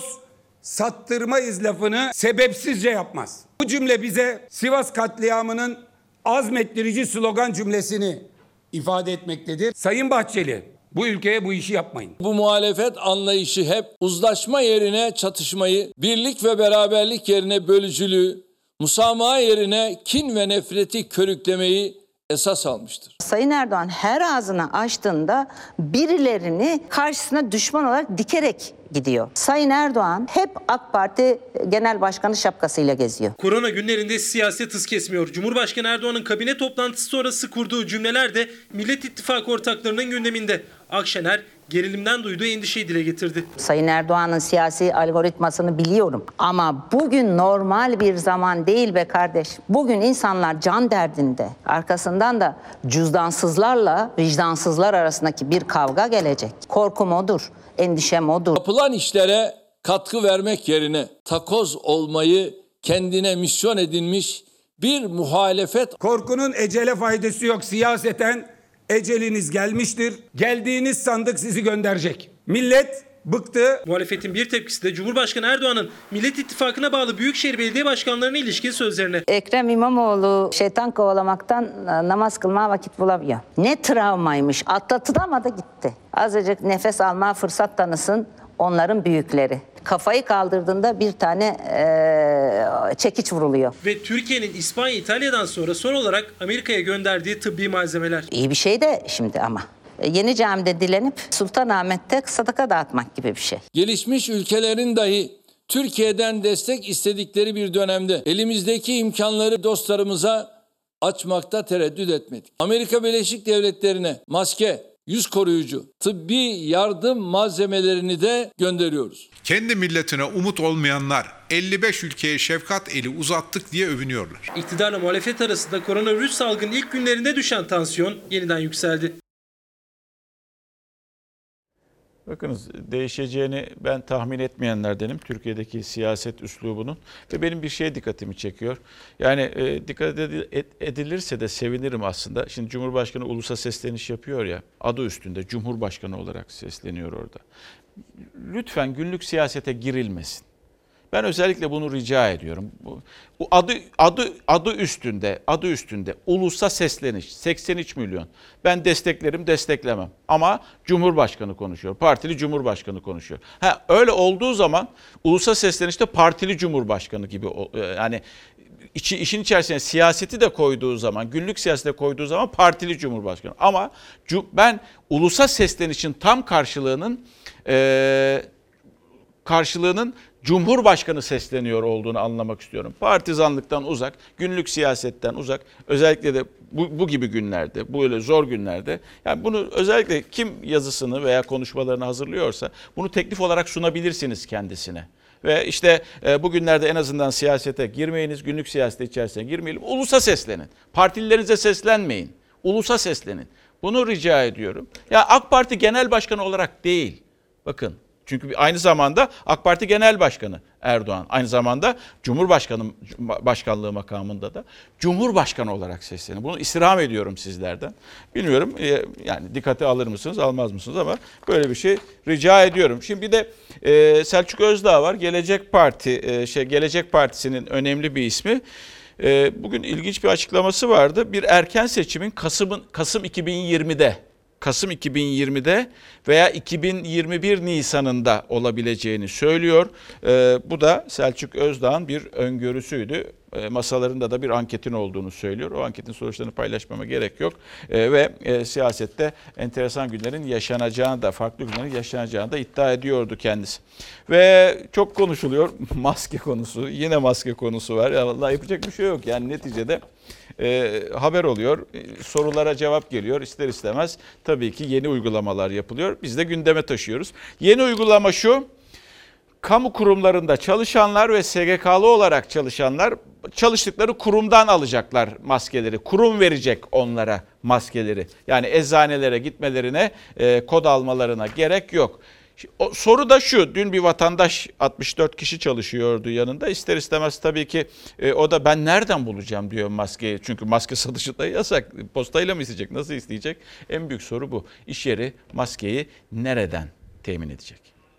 sattırmayız lafını sebepsizce yapmaz. Bu cümle bize Sivas katliamının azmettirici slogan cümlesini ifade etmektedir. Sayın Bahçeli, bu ülkeye bu işi yapmayın. Bu muhalefet anlayışı hep uzlaşma yerine çatışmayı, birlik ve beraberlik yerine bölücülüğü, musamaha yerine kin ve nefreti körüklemeyi esas almıştır. Sayın Erdoğan her ağzını açtığında birilerini karşısına düşman olarak dikerek gidiyor. Sayın Erdoğan hep AK Parti Genel Başkanı şapkasıyla geziyor. Korona günlerinde siyaset hız kesmiyor. Cumhurbaşkanı Erdoğan'ın kabine toplantısı sonrası kurduğu cümleler de Millet İttifakı ortaklarının gündeminde. Akşener gerilimden duyduğu endişeyi dile getirdi. Sayın Erdoğan'ın siyasi algoritmasını biliyorum. Ama bugün normal bir zaman değil be kardeş. Bugün insanlar can derdinde. Arkasından da cüzdansızlarla vicdansızlar arasındaki bir kavga gelecek. Korkum odur, endişem odur. Yapılan işlere katkı vermek yerine takoz olmayı kendine misyon edinmiş bir muhalefet. Korkunun ecele faydası yok. Siyaseten eceliniz gelmiştir. Geldiğiniz sandık sizi gönderecek. Millet bıktı. Muhalefetin bir tepkisi de Cumhurbaşkanı Erdoğan'ın Millet İttifakı'na bağlı Büyükşehir Belediye Başkanlarına ilişkin sözlerine. Ekrem İmamoğlu şeytan kovalamaktan namaz kılmaya vakit bulamıyor. Ne travmaymış. Atlatılamadı gitti. Azıcık nefes almaya fırsat tanısın onların büyükleri. Kafayı kaldırdığında bir tane çekiç vuruluyor. Ve Türkiye'nin İspanya, İtalya'dan sonra son olarak Amerika'ya gönderdiği tıbbi malzemeler. İyi bir şey de şimdi ama. Yeni Cami'de dilenip Sultanahmet'te sadaka dağıtmak gibi bir şey. Gelişmiş ülkelerin dahi Türkiye'den destek istedikleri bir dönemde elimizdeki imkanları dostlarımıza açmakta tereddüt etmedik. Amerika Birleşik Devletleri'ne maske, yüz koruyucu, tıbbi yardım malzemelerini de gönderiyoruz. Kendi milletine umut olmayanlar 55 ülkeye şefkat eli uzattık diye övünüyorlar. İktidarla muhalefet arasında koronavirüs salgının ilk günlerinde düşen tansiyon yeniden yükseldi. Bakınız, değişeceğini ben tahmin etmeyenlerdenim Türkiye'deki siyaset üslubunun ve benim bir şeye dikkatimi çekiyor. Yani dikkat edilirse de sevinirim aslında. Şimdi Cumhurbaşkanı ulusa sesleniş yapıyor ya, adı üstünde Cumhurbaşkanı olarak sesleniyor orada. Lütfen günlük siyasete girilmesin. Ben özellikle bunu rica ediyorum. Bu adı üstünde ulusa sesleniş 83 milyon. Ben desteklerim, desteklemem. Ama Cumhurbaşkanı konuşuyor. Partili Cumhurbaşkanı konuşuyor. Öyle olduğu zaman ulusa seslenişte partili Cumhurbaşkanı gibi, yani işin içerisine siyaseti de koyduğu zaman, günlük siyasete koyduğu zaman partili Cumhurbaşkanı. Ama ben ulusa seslenişin tam karşılığının Cumhurbaşkanı sesleniyor olduğunu anlamak istiyorum. Partizanlıktan uzak, günlük siyasetten uzak, özellikle de bu gibi günlerde, bu öyle zor günlerde, yani bunu özellikle kim yazısını veya konuşmalarını hazırlıyorsa bunu teklif olarak sunabilirsiniz kendisine. Ve işte bugünlerde en azından siyasete girmeyiniz, günlük siyasete içerisine girmeyelim, ulusa seslenin. Partililerinize seslenmeyin, ulusa seslenin. Bunu rica ediyorum. Ya AK Parti Genel Başkanı olarak değil, bakın. Çünkü aynı zamanda AK Parti Genel Başkanı Erdoğan, aynı zamanda Başkanlığı makamında da Cumhurbaşkanı olarak sesleniyor. Bunu istirham ediyorum sizlerden. Bilmiyorum yani dikkate alır mısınız, almaz mısınız, ama böyle bir şey rica ediyorum. Şimdi bir de Selçuk Özdağ var. Gelecek Partisi'nin önemli bir ismi. Bugün ilginç bir açıklaması vardı. Bir erken seçimin Kasım 2020'de veya 2021 Nisan'ında olabileceğini söylüyor. Bu da Selçuk Özdağ'ın bir öngörüsüydü. Masalarında da bir anketin olduğunu söylüyor. O anketin sonuçlarını paylaşmama gerek yok. Ve siyasette enteresan günlerin yaşanacağını da, farklı günlerin yaşanacağını da iddia ediyordu kendisi. Ve çok konuşuluyor maske konusu. Yine maske konusu var. Ya vallahi yapacak bir şey yok. Yani neticede haber oluyor, sorulara cevap geliyor, ister istemez tabii ki yeni uygulamalar yapılıyor. Biz de gündeme taşıyoruz. Yeni uygulama şu: kamu kurumlarında çalışanlar ve SGK'lı olarak çalışanlar çalıştıkları kurumdan alacaklar maskeleri. Kurum verecek onlara maskeleri. Yani eczanelere gitmelerine, kod almalarına gerek yok. Soru da şu: dün bir vatandaş, 64 kişi çalışıyordu yanında. İster istemez tabii ki o da ben nereden bulacağım diyor maskeyi. Çünkü maske satışı da yasak. Postayla mı isteyecek, nasıl isteyecek? En büyük soru bu. İş yeri maskeyi nereden temin edecek?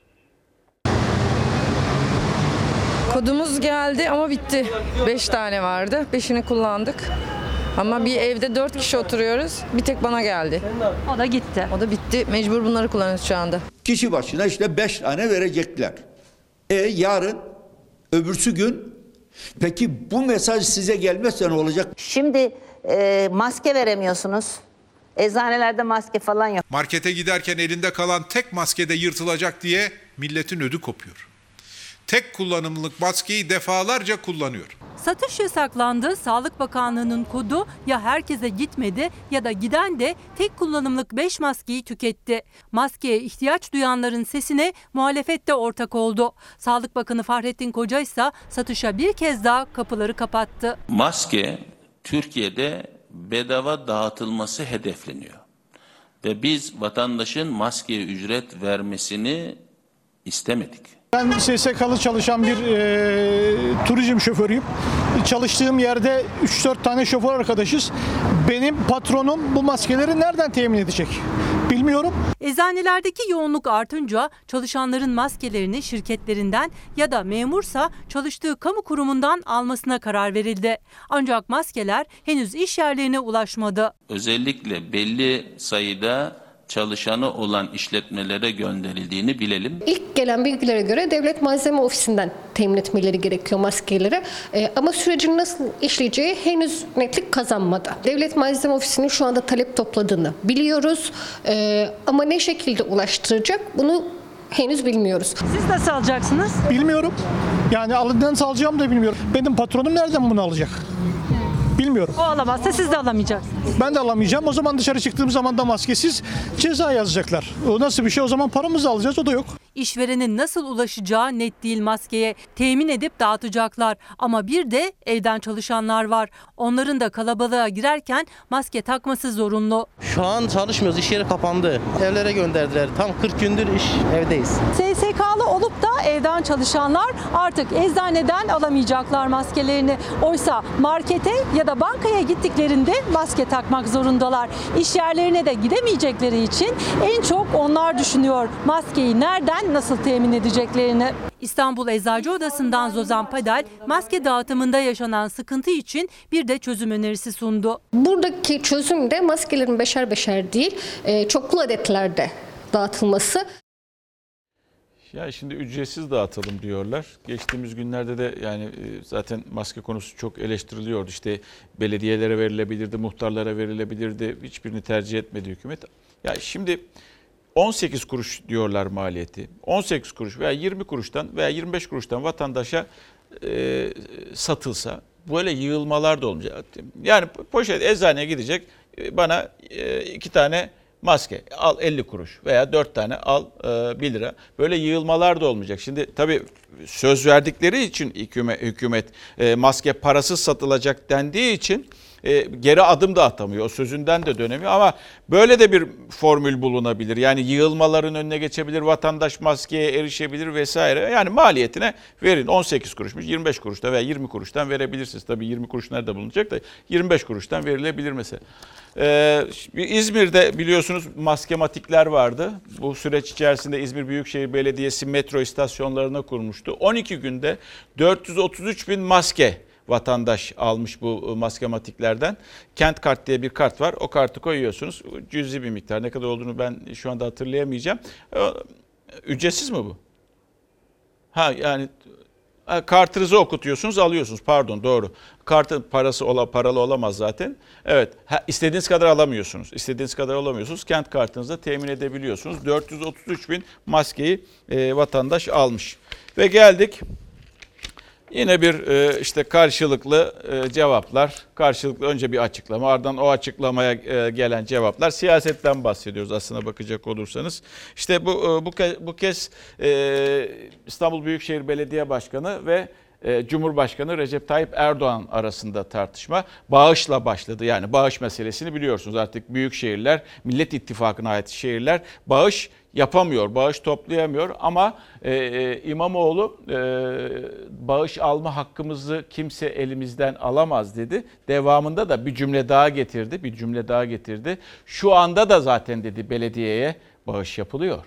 Kodumuz geldi ama bitti. 5 tane vardı. 5'ini kullandık. Ama bir evde 4 kişi oturuyoruz. Bir tek bana geldi. O da gitti. O da bitti. Mecbur bunları kullanıyoruz şu anda. Kişi başına işte 5 tane verecekler. Yarın, öbürsü gün, peki bu mesaj size gelmezse ne olacak? Şimdi maske veremiyorsunuz. Eczanelerde maske falan yok. Markete giderken elinde kalan tek maskede yırtılacak diye milletin ödü kopuyor. Tek kullanımlık maskeyi defalarca kullanıyor. Satış yasaklandı. Sağlık Bakanlığı'nın kodu ya herkese gitmedi ya da giden de tek kullanımlık 5 maskeyi tüketti. Maskeye ihtiyaç duyanların sesine muhalefet de ortak oldu. Sağlık Bakanı Fahrettin Koca ise satışa bir kez daha kapıları kapattı. Maske Türkiye'de bedava dağıtılması hedefleniyor. Ve biz vatandaşın maskeye ücret vermesini istemedik. Ben SSK'lı çalışan bir turizm şoförüyüm. Çalıştığım yerde 3-4 tane şoför arkadaşız. Benim patronum bu maskeleri nereden temin edecek? Bilmiyorum. Eczanelerdeki yoğunluk artınca çalışanların maskelerini şirketlerinden ya da memursa çalıştığı kamu kurumundan almasına karar verildi. Ancak maskeler henüz iş yerlerine ulaşmadı. Özellikle belli sayıda çalışanı olan işletmelere gönderildiğini bilelim. İlk gelen bilgilere göre Devlet Malzeme Ofisi'nden temin etmeleri gerekiyor maskeleri. Ama sürecin nasıl işleyeceği henüz netlik kazanmadı. Devlet Malzeme Ofisi'nin şu anda talep topladığını biliyoruz. Ama ne şekilde ulaştıracak bunu henüz bilmiyoruz. Siz nasıl alacaksınız? Bilmiyorum. Yani nasıl alacağımı da bilmiyorum. Benim patronum nereden bunu alacak? Bilmiyorum. O alamazsa siz de alamayacaksınız. Ben de alamayacağım. O zaman dışarı çıktığım zaman da maskesiz ceza yazacaklar. O nasıl bir şey? O zaman paramızı alacağız. O da yok. İşverenin nasıl ulaşacağı net değil maskeye. Temin edip dağıtacaklar. Ama bir de evden çalışanlar var. Onların da kalabalığa girerken maske takması zorunlu. Şu an çalışmıyoruz. İş yeri kapandı. Evlere gönderdiler. Tam 40 gündür evdeyiz. SSK'lı olup da evden çalışanlar artık eczaneden alamayacaklar maskelerini. Oysa markete ya da bankaya gittiklerinde maske takmak zorundalar. İş yerlerine de gidemeyecekleri için en çok onlar düşünüyor maskeyi nereden nasıl temin edeceklerini. İstanbul Eczacı Odası'ndan Zozan Padal maske dağıtımında yaşanan sıkıntı için bir de çözüm önerisi sundu. Buradaki çözüm de maskelerin beşer beşer değil, çoklu adetlerde dağıtılması. Ya şimdi ücretsiz dağıtalım diyorlar. Geçtiğimiz günlerde de yani zaten maske konusu çok eleştiriliyordu. İşte belediyelere verilebilirdi, muhtarlara verilebilirdi. Hiçbirini tercih etmedi hükümet. Ya şimdi 18 kuruş diyorlar maliyeti. 18 kuruş veya 20 kuruştan veya 25 kuruştan vatandaşa satılsa böyle yığılmalar da olmayacak. Yani poşet eczaneye gidecek, bana 2 tane maske al 50 kuruş veya 4 tane al 1 lira. Böyle yığılmalar da olmayacak. Şimdi tabii söz verdikleri için hükümet maske parasız satılacak dendiği için geri adım da atamıyor. O sözünden de dönemiyor ama böyle de bir formül bulunabilir. Yani yığılmaların önüne geçebilir, vatandaş maskeye erişebilir vesaire. Yani maliyetine verin 18 kuruşmuş, 25 kuruşta veya 20 kuruştan verebilirsiniz. Tabii 20 kuruş nerede bulunacak da 25 kuruştan verilebilir mesela. İzmir'de biliyorsunuz maskematikler vardı. Bu süreç içerisinde İzmir Büyükşehir Belediyesi metro istasyonlarına kurmuştu. 12 günde 433 bin maske vatandaş almış bu maskematiklerden. Kent kart diye bir kart var. O kartı koyuyorsunuz. Cüzi bir miktar. Ne kadar olduğunu ben şu anda hatırlayamayacağım. Ücretsiz mi bu? Ha yani kartınızı okutuyorsunuz, alıyorsunuz. Pardon, doğru. Kartın paralı olamaz zaten. Evet. İstediğiniz kadar alamıyorsunuz. İstediğiniz kadar alamıyorsunuz. Kent kartınızda temin edebiliyorsunuz. 433 bin maskeyi vatandaş almış. Ve geldik. Yine bir işte karşılıklı cevaplar, karşılıklı önce bir açıklama, ardından o açıklamaya gelen cevaplar. Siyasetten bahsediyoruz aslına bakacak olursanız. İşte bu kez İstanbul Büyükşehir Belediye Başkanı ve Cumhurbaşkanı Recep Tayyip Erdoğan arasında tartışma bağışla başladı. Yani bağış meselesini biliyorsunuz artık büyük şehirler, Millet İttifakı'na ait şehirler bağış yapamıyor, bağış toplayamıyor ama İmamoğlu bağış alma hakkımızı kimse elimizden alamaz dedi. Devamında da bir cümle daha getirdi. Şu anda da zaten dedi belediyeye bağış yapılıyor.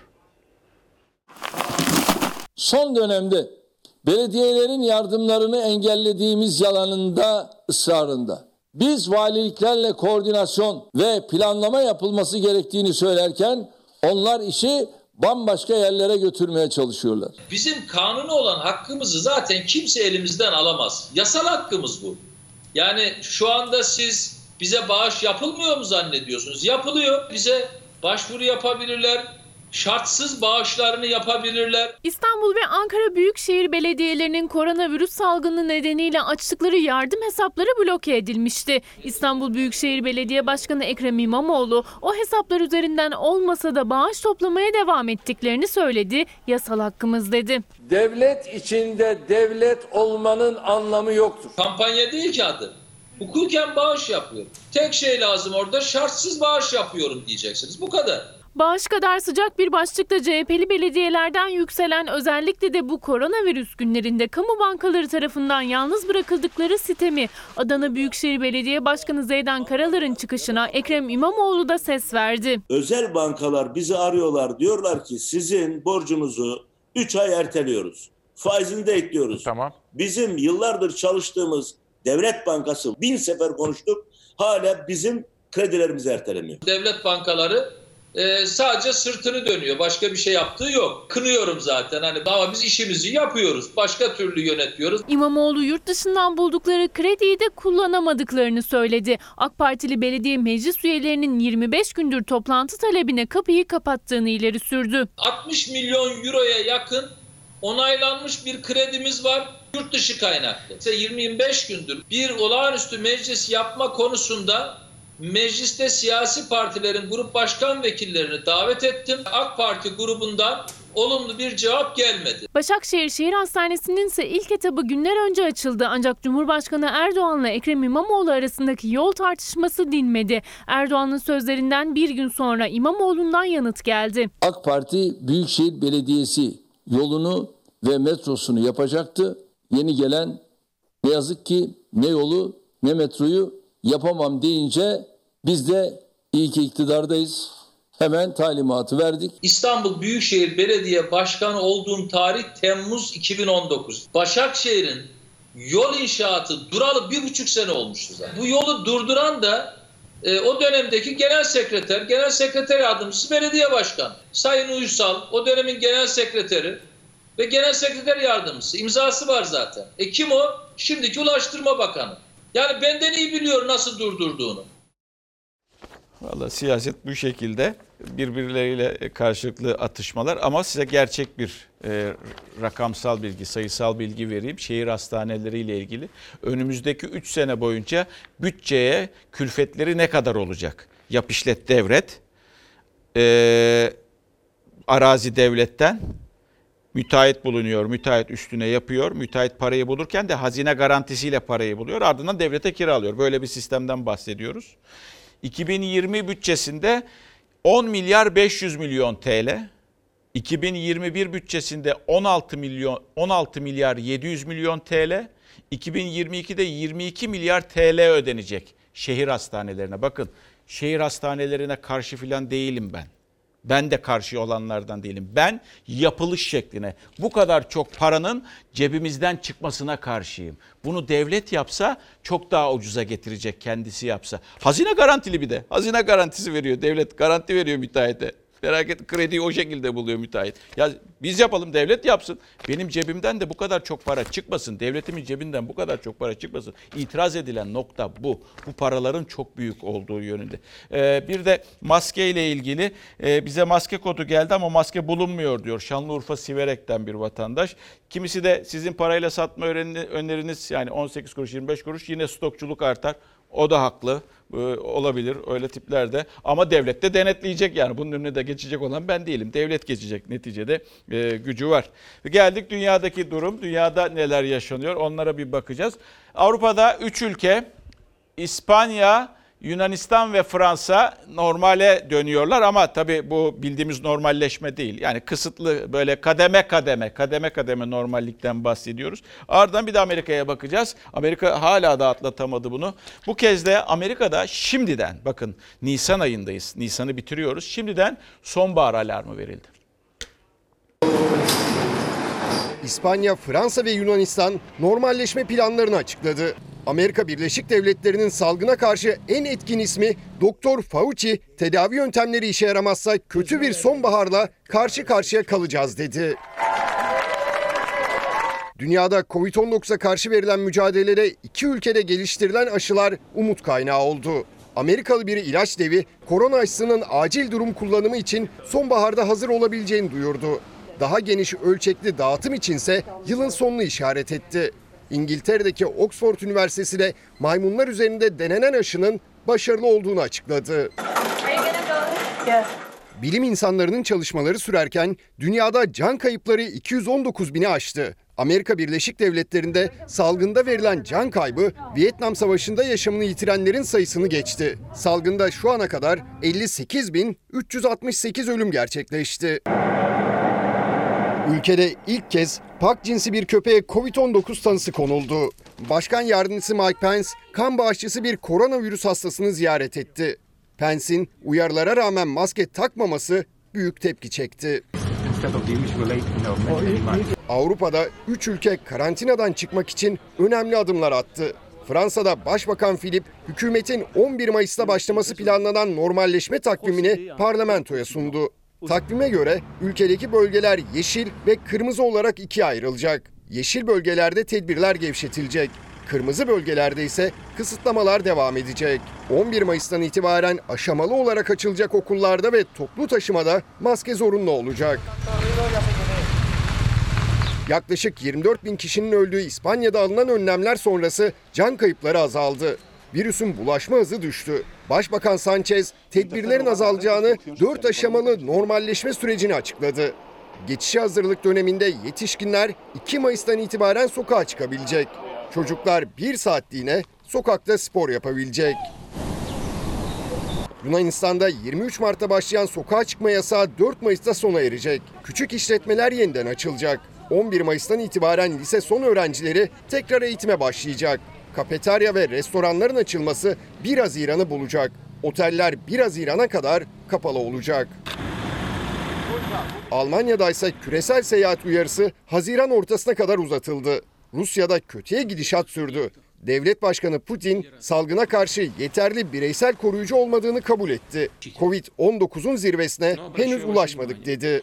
Son dönemde belediyelerin yardımlarını engellediğimiz yalanında, ısrarında. Biz valiliklerle koordinasyon ve planlama yapılması gerektiğini söylerken onlar işi bambaşka yerlere götürmeye çalışıyorlar. Bizim kanuni olan hakkımızı zaten kimse elimizden alamaz. Yasal hakkımız bu. Yani şu anda siz bize bağış yapılmıyor mu zannediyorsunuz? Yapılıyor. Bize başvuru yapabilirler. Şartsız bağışlarını yapabilirler. İstanbul ve Ankara Büyükşehir Belediyelerinin koronavirüs salgını nedeniyle açtıkları yardım hesapları bloke edilmişti. İstanbul Büyükşehir Belediye Başkanı Ekrem İmamoğlu o hesaplar üzerinden olmasa da bağış toplamaya devam ettiklerini söyledi. Yasal hakkımız dedi. Devlet içinde devlet olmanın anlamı yoktur. Kampanya değil ki adı. Hukuken bağış yapıyor. Tek şey lazım orada, şartsız bağış yapıyorum diyeceksiniz. Bu kadar. Bağış kadar sıcak bir başlıkta CHP'li belediyelerden yükselen, özellikle de bu koronavirüs günlerinde kamu bankaları tarafından yalnız bırakıldıkları sitemi, Adana Büyükşehir Belediye Başkanı Zeydan Karalar'ın çıkışına Ekrem İmamoğlu da ses verdi. Özel bankalar bizi arıyorlar, diyorlar ki sizin borcunuzu 3 ay erteliyoruz. Faizini de ekliyoruz. Tamam. Bizim yıllardır çalıştığımız Devlet Bankası 1000 sefer konuştuk, hala bizim kredilerimizi ertelemiyor. Devlet bankaları sadece sırtını dönüyor. Başka bir şey yaptığı yok. Kınıyorum zaten. Ama biz işimizi yapıyoruz. Başka türlü yönetiyoruz. İmamoğlu yurt dışından buldukları krediyi de kullanamadıklarını söyledi. AK Partili belediye meclis üyelerinin 25 gündür toplantı talebine kapıyı kapattığını ileri sürdü. 60 milyon euroya yakın onaylanmış bir kredimiz var. Yurt dışı kaynaklı. 20-25 gündür bir olağanüstü meclis yapma konusunda mecliste siyasi partilerin grup başkan vekillerini davet ettim. AK Parti grubundan olumlu bir cevap gelmedi. Başakşehir Şehir Hastanesi'nin ise ilk etabı günler önce açıldı. Ancak Cumhurbaşkanı Erdoğan'la Ekrem İmamoğlu arasındaki yol tartışması dinmedi. Erdoğan'ın sözlerinden bir gün sonra İmamoğlu'ndan yanıt geldi. AK Parti Büyükşehir Belediyesi yolunu ve metrosunu yapacaktı. Yeni gelen ne yazık ki ne yolu ne metroyu yapamam deyince biz de iyi ki iktidardayız. Hemen talimatı verdik. İstanbul Büyükşehir Belediye Başkanı olduğum tarih Temmuz 2019. Başakşehir'in yol inşaatı duralı 1,5 sene olmuştu zaten. Bu yolu durduran da o dönemdeki genel sekreter yardımcısı belediye başkanı. Sayın Uysal, o dönemin genel sekreteri ve genel sekreter yardımcısı. İmzası var zaten. Kim o? Şimdiki Ulaştırma Bakanı. Yani benden iyi biliyor nasıl durdurduğunu. Vallahi siyaset bu şekilde, birbirleriyle karşılıklı atışmalar, ama size gerçek bir rakamsal bilgi, sayısal bilgi vereyim. Şehir hastaneleriyle ilgili önümüzdeki 3 sene boyunca bütçeye külfetleri ne kadar olacak? Yap işlet devret, arazi devletten, müteahhit bulunuyor, müteahhit üstüne yapıyor, müteahhit parayı bulurken de hazine garantisiyle parayı buluyor, ardından devlete kiralıyor. Böyle bir sistemden bahsediyoruz. 2020 bütçesinde 10 milyar 500 milyon TL, 2021 bütçesinde 16 milyar 700 milyon TL, 2022'de 22 milyar TL ödenecek şehir hastanelerine. Bakın, şehir hastanelerine karşı filan değilim ben. Ben de karşı olanlardan değilim. Ben yapılış şekline, bu kadar çok paranın cebimizden çıkmasına karşıyım. Bunu devlet yapsa çok daha ucuza getirecek, kendisi yapsa. Hazine garantili bir de. Hazine garantisi veriyor. Devlet garanti veriyor müteahhite. Merak et, krediyi o şekilde buluyor müteahhit. Ya biz yapalım, devlet yapsın. Benim cebimden de bu kadar çok para çıkmasın. Devletimin cebinden bu kadar çok para çıkmasın. İtiraz edilen nokta bu. Bu paraların çok büyük olduğu yönünde. Bir de maske ile ilgili bize maske kodu geldi ama maske bulunmuyor diyor Şanlıurfa Siverek'ten bir vatandaş. Kimisi de sizin parayla satma öneriniz, yani 18 kuruş 25 kuruş, yine stokçuluk artar. O da haklı. Olabilir öyle tipler de, ama devlet de denetleyecek, yani bunun önüne de geçecek olan ben değilim. Devlet geçecek, neticede gücü var. Geldik dünyadaki durum, dünyada neler yaşanıyor onlara bir bakacağız. Avrupa'da 3 ülke, İspanya, Yunanistan ve Fransa normale dönüyorlar, ama tabii bu bildiğimiz normalleşme değil. Yani kısıtlı, böyle kademe kademe normallikten bahsediyoruz. Ardından bir de Amerika'ya bakacağız. Amerika hala da atlatamadı bunu. Bu kez de Amerika'da şimdiden, bakın Nisan ayındayız, Nisan'ı bitiriyoruz. Şimdiden sonbahar alarmı verildi. İspanya, Fransa ve Yunanistan normalleşme planlarını açıkladı. Amerika Birleşik Devletleri'nin salgına karşı en etkin ismi Doktor Fauci, tedavi yöntemleri işe yaramazsa kötü bir sonbaharla karşı karşıya kalacağız dedi. Dünyada Covid-19'a karşı verilen mücadelede iki ülkede geliştirilen aşılar umut kaynağı oldu. Amerikalı bir ilaç devi korona aşısının acil durum kullanımı için sonbaharda hazır olabileceğini duyurdu. Daha geniş ölçekli dağıtım içinse yılın sonunu işaret etti. İngiltere'deki Oxford Üniversitesi de maymunlar üzerinde denenen aşının başarılı olduğunu açıkladı. Bilim insanlarının çalışmaları sürerken dünyada can kayıpları 219 bini aştı. Amerika Birleşik Devletleri'nde salgında verilen can kaybı Vietnam Savaşı'nda yaşamını yitirenlerin sayısını geçti. Salgında şu ana kadar 58.368 ölüm gerçekleşti. Ülkede ilk kez pak cinsi bir köpeğe Covid-19 tanısı konuldu. Başkan yardımcısı Mike Pence, kan bağışçısı bir koronavirüs hastasını ziyaret etti. Pence'in uyarılara rağmen maske takmaması büyük tepki çekti. Avrupa'da 3 ülke karantinadan çıkmak için önemli adımlar attı. Fransa'da Başbakan Philippe, hükümetin 11 Mayıs'ta başlaması planlanan normalleşme takvimini parlamentoya sundu. Takvime göre ülkedeki bölgeler yeşil ve kırmızı olarak ikiye ayrılacak. Yeşil bölgelerde tedbirler gevşetilecek. Kırmızı bölgelerde ise kısıtlamalar devam edecek. 11 Mayıs'tan itibaren aşamalı olarak açılacak okullarda ve toplu taşımada maske zorunlu olacak. Yaklaşık 24 bin kişinin öldüğü İspanya'da alınan önlemler sonrası can kayıpları azaldı. Virüsün bulaşma hızı düştü. Başbakan Sanchez, tedbirlerin azalacağını, 4 aşamalı normalleşme sürecini açıkladı. Geçişe hazırlık döneminde yetişkinler 2 Mayıs'tan itibaren sokağa çıkabilecek. Çocuklar 1 saatliğine sokakta spor yapabilecek. Yunanistan'da 23 Mart'ta başlayan sokağa çıkma yasağı 4 Mayıs'ta sona erecek. Küçük işletmeler yeniden açılacak. 11 Mayıs'tan itibaren lise son öğrencileri tekrar eğitime başlayacak. Kafeterya ve restoranların açılması 1 Haziran'ı bulacak. Oteller 1 Haziran'a kadar kapalı olacak. Almanya'da ise küresel seyahat uyarısı Haziran ortasına kadar uzatıldı. Rusya'da kötüye gidişat sürdü. Devlet Başkanı Putin salgına karşı yeterli bireysel koruyucu olmadığını kabul etti. Covid-19'un zirvesine henüz ulaşmadık dedi.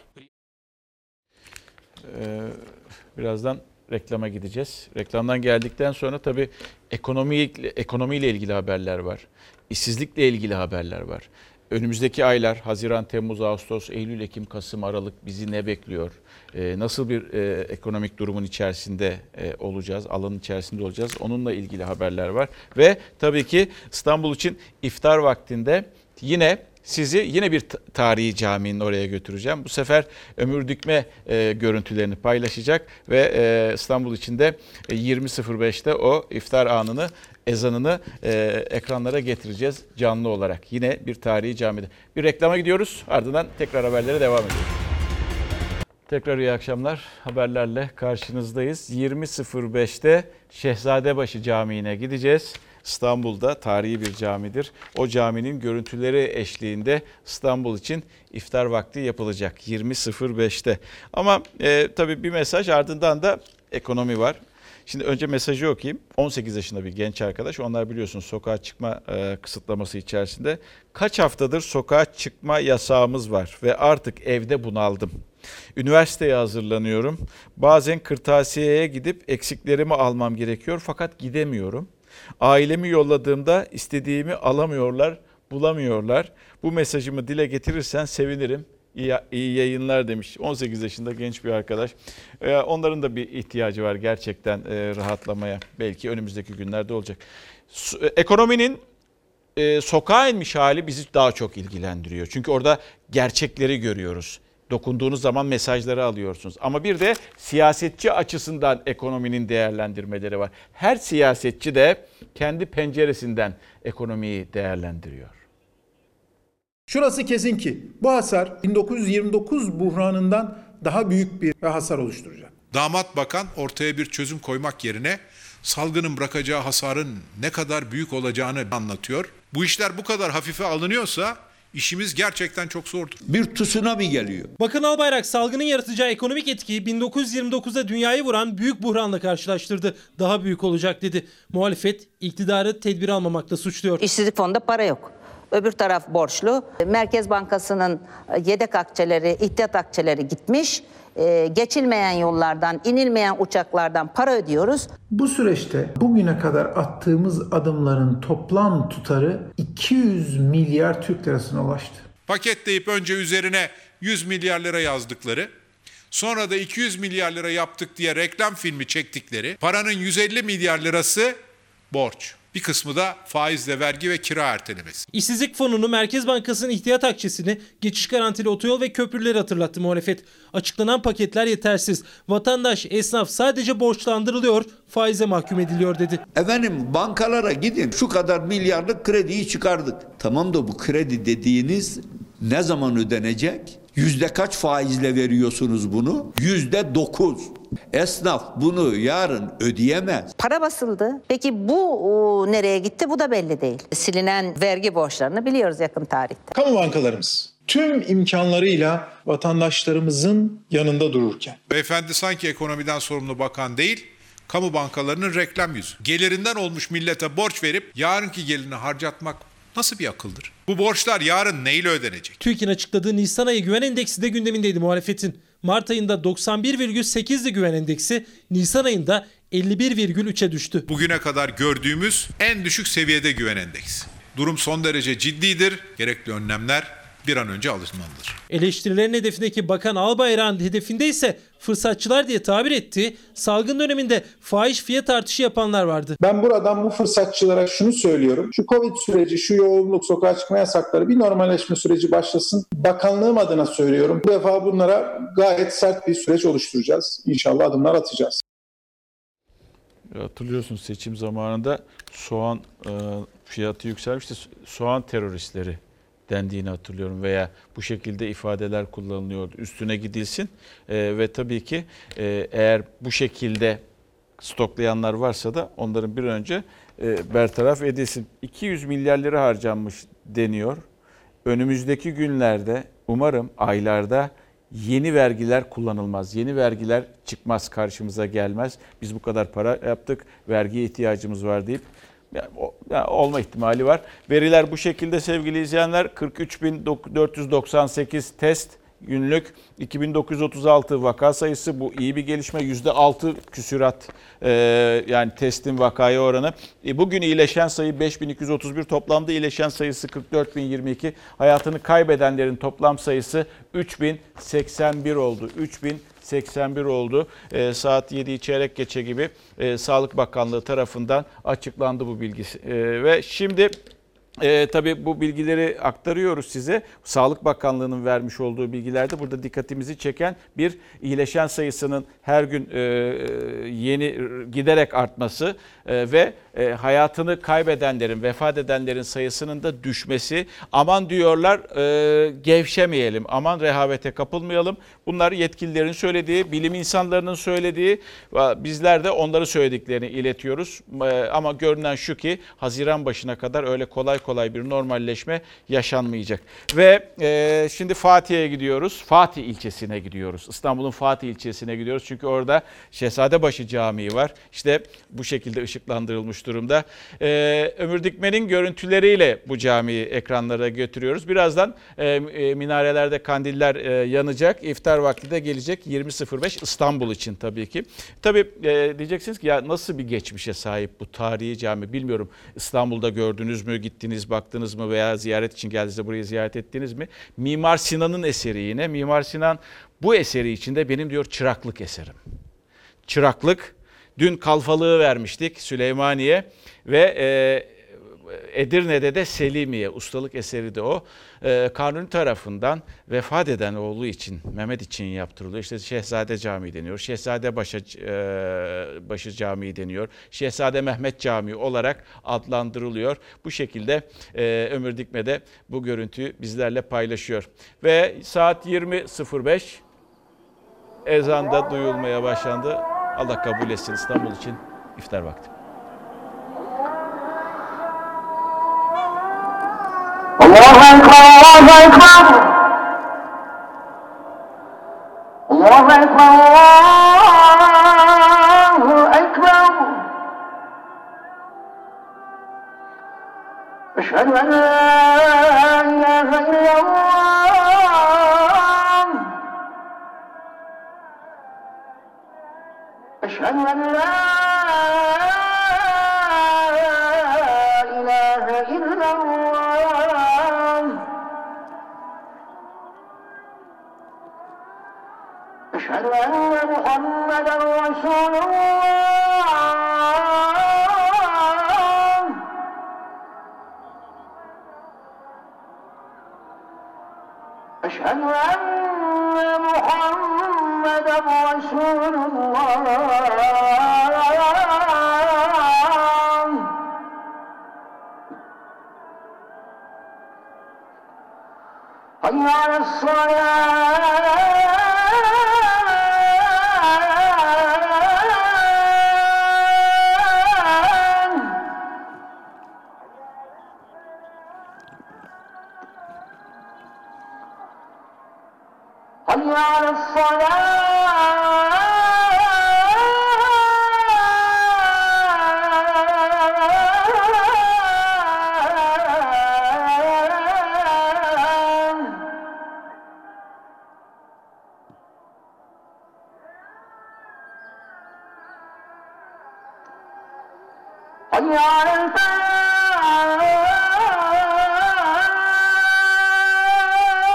Birazdan reklama gideceğiz. Reklamdan geldikten sonra tabii ekonomiyle ilgili haberler var. İşsizlikle ilgili haberler var. Önümüzdeki aylar Haziran, Temmuz, Ağustos, Eylül, Ekim, Kasım, Aralık bizi ne bekliyor? Nasıl bir ekonomik durumun içerisinde olacağız, alanın içerisinde olacağız? Onunla ilgili haberler var. Ve tabii ki İstanbul için iftar vaktinde sizi bir tarihi caminin oraya götüreceğim. Bu sefer Ömür Dikme görüntülerini paylaşacak ve İstanbul için de 20.05'te o iftar anını, ezanını ekranlara getireceğiz canlı olarak. Yine bir tarihi camide. Bir reklama gidiyoruz, ardından tekrar haberlere devam ediyoruz. Tekrar iyi akşamlar. Haberlerle karşınızdayız. 20.05'te Şehzadebaşı Camii'ne gideceğiz. İstanbul'da tarihi bir camidir. O caminin görüntüleri eşliğinde İstanbul için iftar vakti yapılacak 20.05'te. Ama tabii bir mesaj, ardından da ekonomi var. Şimdi önce mesajı okuyayım. 18 yaşında bir genç arkadaş. Onlar biliyorsunuz sokağa çıkma kısıtlaması içerisinde. Kaç haftadır sokağa çıkma yasağımız var ve artık evde bunaldım. Üniversiteye hazırlanıyorum. Bazen kırtasiyeye gidip eksiklerimi almam gerekiyor fakat gidemiyorum. Ailemi yolladığımda istediğimi alamıyorlar, bulamıyorlar. Bu mesajımı dile getirirsen sevinirim. İyi yayınlar demiş 18 yaşında genç bir arkadaş. Onların da bir ihtiyacı var gerçekten rahatlamaya. Belki önümüzdeki günlerde olacak. Ekonominin sokağa inmiş hali bizi daha çok ilgilendiriyor. Çünkü orada gerçekleri görüyoruz. Dokunduğunuz zaman mesajları alıyorsunuz. Ama bir de siyasetçi açısından ekonominin değerlendirmeleri var. Her siyasetçi de kendi penceresinden ekonomiyi değerlendiriyor. Şurası kesin ki bu hasar 1929 buhranından daha büyük bir hasar oluşturacak. Damat bakan ortaya bir çözüm koymak yerine salgının bırakacağı hasarın ne kadar büyük olacağını anlatıyor. Bu işler bu kadar hafife alınıyorsa işimiz gerçekten çok zordur. Bir tsunami geliyor. Bakan Albayrak salgının yaratacağı ekonomik etkiyi 1929'da dünyayı vuran büyük buhranla karşılaştırdı. Daha büyük olacak dedi. Muhalefet iktidarı tedbir almamakla suçluyor. İşsizlik fonunda para yok. Öbür taraf borçlu. Merkez Bankası'nın yedek akçeleri, ihtiyat akçeleri gitmiş. Geçilmeyen yollardan, inilmeyen uçaklardan para ödüyoruz. Bu süreçte bugüne kadar attığımız adımların toplam tutarı 200 milyar Türk lirasına ulaştı. Paketleyip önce üzerine 100 milyar lira yazdıkları, sonra da 200 milyar lira yaptık diye reklam filmi çektikleri paranın 150 milyar lirası borç. Bir kısmı da faizle vergi ve kira ertelemesi. İşsizlik fonunu, Merkez Bankası'nın ihtiyat akçesini, geçiş garantili otoyol ve köprüleri hatırlattı muhalefet. Açıklanan paketler yetersiz. Vatandaş, esnaf sadece borçlandırılıyor, faize mahkum ediliyor dedi. Efendim bankalara gidin, şu kadar milyarlık krediyi çıkardık. Tamam da bu kredi dediğiniz ne zaman ödenecek? Yüzde kaç faizle veriyorsunuz bunu? %9. Esnaf bunu yarın ödeyemez. Para basıldı. Peki bu nereye gitti? Bu da belli değil. Silinen vergi borçlarını biliyoruz yakın tarihte. Kamu bankalarımız tüm imkanlarıyla vatandaşlarımızın yanında dururken. Beyefendi sanki ekonomiden sorumlu bakan değil, kamu bankalarının reklam yüzü. Gelirinden olmuş millete borç verip yarınki gelirini harcatmak nasıl bir akıldır? Bu borçlar yarın neyle ödenecek? TÜİK'in açıkladığı Nisan ayı güven endeksi de gündemindeydi muhalefetin. Mart ayında 91,8'di güven endeksi, Nisan ayında 51,3'e düştü. Bugüne kadar gördüğümüz en düşük seviyede güven endeksi. Durum son derece ciddidir. Gerekli önlemler bir an önce alınmalıdır. Eleştirilerin hedefindeki Bakan Albayrak'ın hedefinde ise fırsatçılar diye tabir ettiği salgın döneminde fahiş fiyat artışı yapanlar vardı. Ben buradan bu fırsatçılara şunu söylüyorum. Şu Covid süreci, şu yoğunluk, sokağa çıkma yasakları, bir normalleşme süreci başlasın. Bakanlığım adına söylüyorum. Bu defa bunlara gayet sert bir süreç oluşturacağız. İnşallah adımlar atacağız. Hatırlıyorsunuz seçim zamanında soğan fiyatı yükselmişti. Soğan teröristleri dendiğini hatırlıyorum veya bu şekilde ifadeler kullanılıyordu. Üstüne gidilsin ve tabii ki eğer bu şekilde stoklayanlar varsa da onların bir an önce bertaraf edilsin. 200 milyar lira harcanmış deniyor. Önümüzdeki günlerde, umarım aylarda yeni vergiler kullanılmaz. Yeni vergiler çıkmaz, karşımıza gelmez. Biz bu kadar para yaptık, vergiye ihtiyacımız var deyip olma ihtimali var. Veriler bu şekilde sevgili izleyenler. 43.498 test günlük, 2936 vaka sayısı, bu iyi bir gelişme. %6 küsurat yani testin vakaya oranı. Bugün iyileşen sayı 5231, toplamda iyileşen sayısı 44.022. Hayatını kaybedenlerin toplam sayısı 3081 oldu. 3081 oldu. Saat 7'yi çeyrek geçe gibi Sağlık Bakanlığı tarafından açıklandı bu bilgi. Ve şimdi tabii bu bilgileri aktarıyoruz size. Sağlık Bakanlığı'nın vermiş olduğu bilgilerde burada dikkatimizi çeken bir iyileşen sayısının her gün yeni giderek artması ve hayatını kaybedenlerin, vefat edenlerin sayısının da düşmesi. Aman diyorlar gevşemeyelim, aman rehavete kapılmayalım. Bunlar yetkililerin söylediği, bilim insanlarının söylediği, bizler de onları söylediklerini iletiyoruz. Ama görünen şu ki Haziran başına kadar öyle kolay bir normalleşme yaşanmayacak. Ve şimdi Fatih'e gidiyoruz. Fatih ilçesine gidiyoruz. İstanbul'un Fatih ilçesine gidiyoruz. Çünkü orada Şehzadebaşı Camii var. İşte bu şekilde ışıklandırılmış durumda. Ömür Dikmen'in görüntüleriyle bu camiyi ekranlara götürüyoruz. Birazdan minarelerde kandiller yanacak. İftar vakti de gelecek 20.05 İstanbul için tabii ki. Tabii diyeceksiniz ki ya nasıl bir geçmişe sahip bu tarihi cami, bilmiyorum. İstanbul'da gördünüz mü, gittiniz, baktınız mı veya ziyaret için geldiğinizde burayı ziyaret ettiniz mi? Mimar Sinan'ın eseri yine. Mimar Sinan bu eseri içinde benim diyor çıraklık eserim. Çıraklık. Dün Kalfalık'ı vermiştik Süleymaniye ve Edirne'de de Selimiye, ustalık eseri de o. Kanuni tarafından vefat eden oğlu için, Mehmet için yaptırılıyor. İşte Şehzade Camii deniyor, Şehzadebaşı Camii deniyor, Şehzade Mehmet Camii olarak adlandırılıyor. Bu şekilde Ömür Dikme'de bu görüntüyü bizlerle paylaşıyor. Ve saat 20.05 ezan da duyulmaya başlandı. Allah kabul etsin, İstanbul için iftar vakti. Allahu Ekber, Allahu Ekber. Allahu Ekber, Allahu Ekber. Eşhedü en la ilahe illallah. Eşhedü en la ilahe illallah. Eşhedü enne Muhammeden Resulullah. Eşhedü enne Muhammeden Resulullah. Hayy ale's-salâh. Hayy ale's-salâh. Hayy alel-fâh.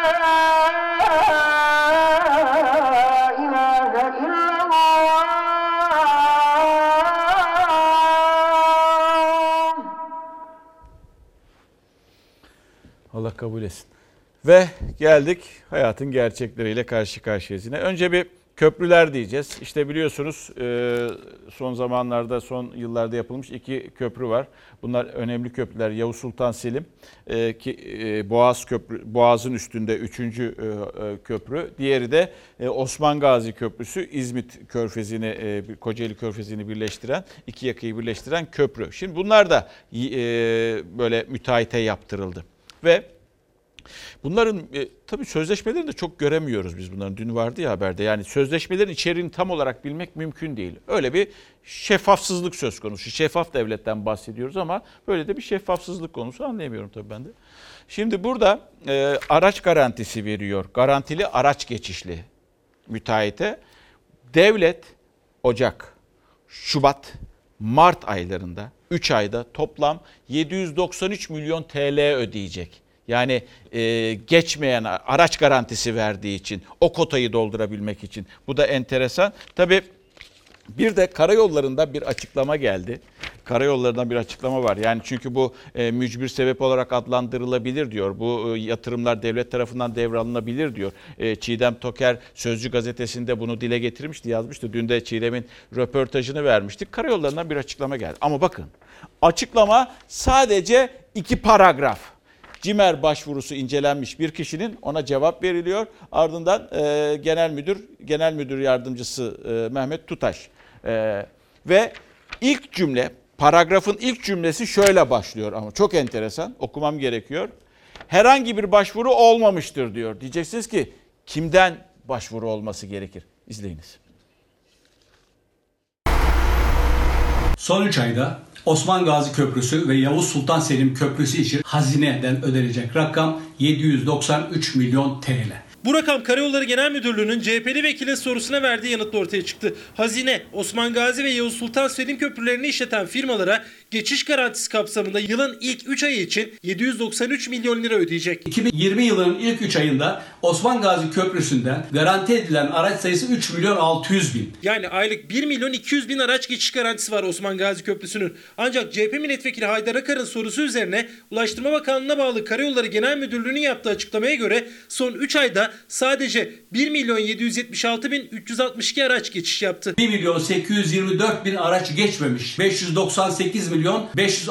Allah kabul etsin. Ve geldik hayatın gerçekleriyle karşı karşıyayız yine. Önce bir köprüler diyeceğiz. İşte biliyorsunuz son zamanlarda, son yıllarda yapılmış 2 köprü var. Bunlar önemli köprüler. Yavuz Sultan Selim ki Boğaz Köprü, Boğaz'ın üstünde 3. köprü. Diğeri de Osman Gazi Köprüsü, İzmit Körfezi'ni, Kocaeli Körfezi'ni birleştiren, 2 yakayı birleştiren köprü. Şimdi bunlar da böyle müteahhite yaptırıldı. Ve bunların tabii sözleşmelerini de çok göremiyoruz biz bunların. Dün vardı ya haberde. Yani sözleşmelerin içeriğini tam olarak bilmek mümkün değil. Öyle bir şeffafsızlık söz konusu. Şeffaf devletten bahsediyoruz ama böyle de bir şeffafsızlık konusu, anlayamıyorum tabii ben de. Şimdi burada araç garantisi veriyor. Garantili araç geçişli müteahhite. Devlet Ocak, Şubat, Mart aylarında 3 ayda toplam 793 milyon TL ödeyecek. Yani geçmeyen araç garantisi verdiği için, o kotayı doldurabilmek için. Bu da enteresan. Tabii bir de karayollarında bir açıklama geldi. Karayollarından bir açıklama var. Yani çünkü bu mücbir sebep olarak adlandırılabilir diyor. Bu yatırımlar devlet tarafından devralınabilir diyor. Çiğdem Toker Sözcü gazetesinde bunu dile getirmişti, yazmıştı. Dün de Çiğdem'in röportajını vermiştik. Karayollarından bir açıklama geldi. Ama bakın, açıklama sadece 2 paragraf. CİMER başvurusu incelenmiş bir kişinin, ona cevap veriliyor. Ardından genel müdür yardımcısı Mehmet Tutaş ve ilk cümle, paragrafın ilk cümlesi şöyle başlıyor ama çok enteresan, okumam gerekiyor. Herhangi bir başvuru olmamıştır diyor. Diyeceksiniz ki kimden başvuru olması gerekir? İzleyiniz. Son 3 ayda Osman Gazi Köprüsü ve Yavuz Sultan Selim Köprüsü için hazineden ödenecek rakam 793 milyon TL. Bu rakam Karayolları Genel Müdürlüğü'nün CHP'li vekilin sorusuna verdiği yanıtla ortaya çıktı. Hazine, Osman Gazi ve Yavuz Sultan Selim köprülerini işleten firmalara geçiş garantisi kapsamında yılın ilk 3 ayı için 793 milyon lira ödeyecek. 2020 yılının ilk 3 ayında Osman Gazi Köprüsü'nden garanti edilen araç sayısı 3 milyon 600 bin. Yani aylık 1 milyon 200 bin araç geçiş garantisi var Osman Gazi Köprüsü'nün. Ancak CHP milletvekili Haydar Akar'ın sorusu üzerine Ulaştırma Bakanlığı'na bağlı Karayolları Genel Müdürlüğü'nün yaptığı açıklamaya göre son 3 ayda sadece 1 milyon 776 bin 362 araç geçiş yaptı. 1 milyon 824 bin araç geçmemiş. 598 milyon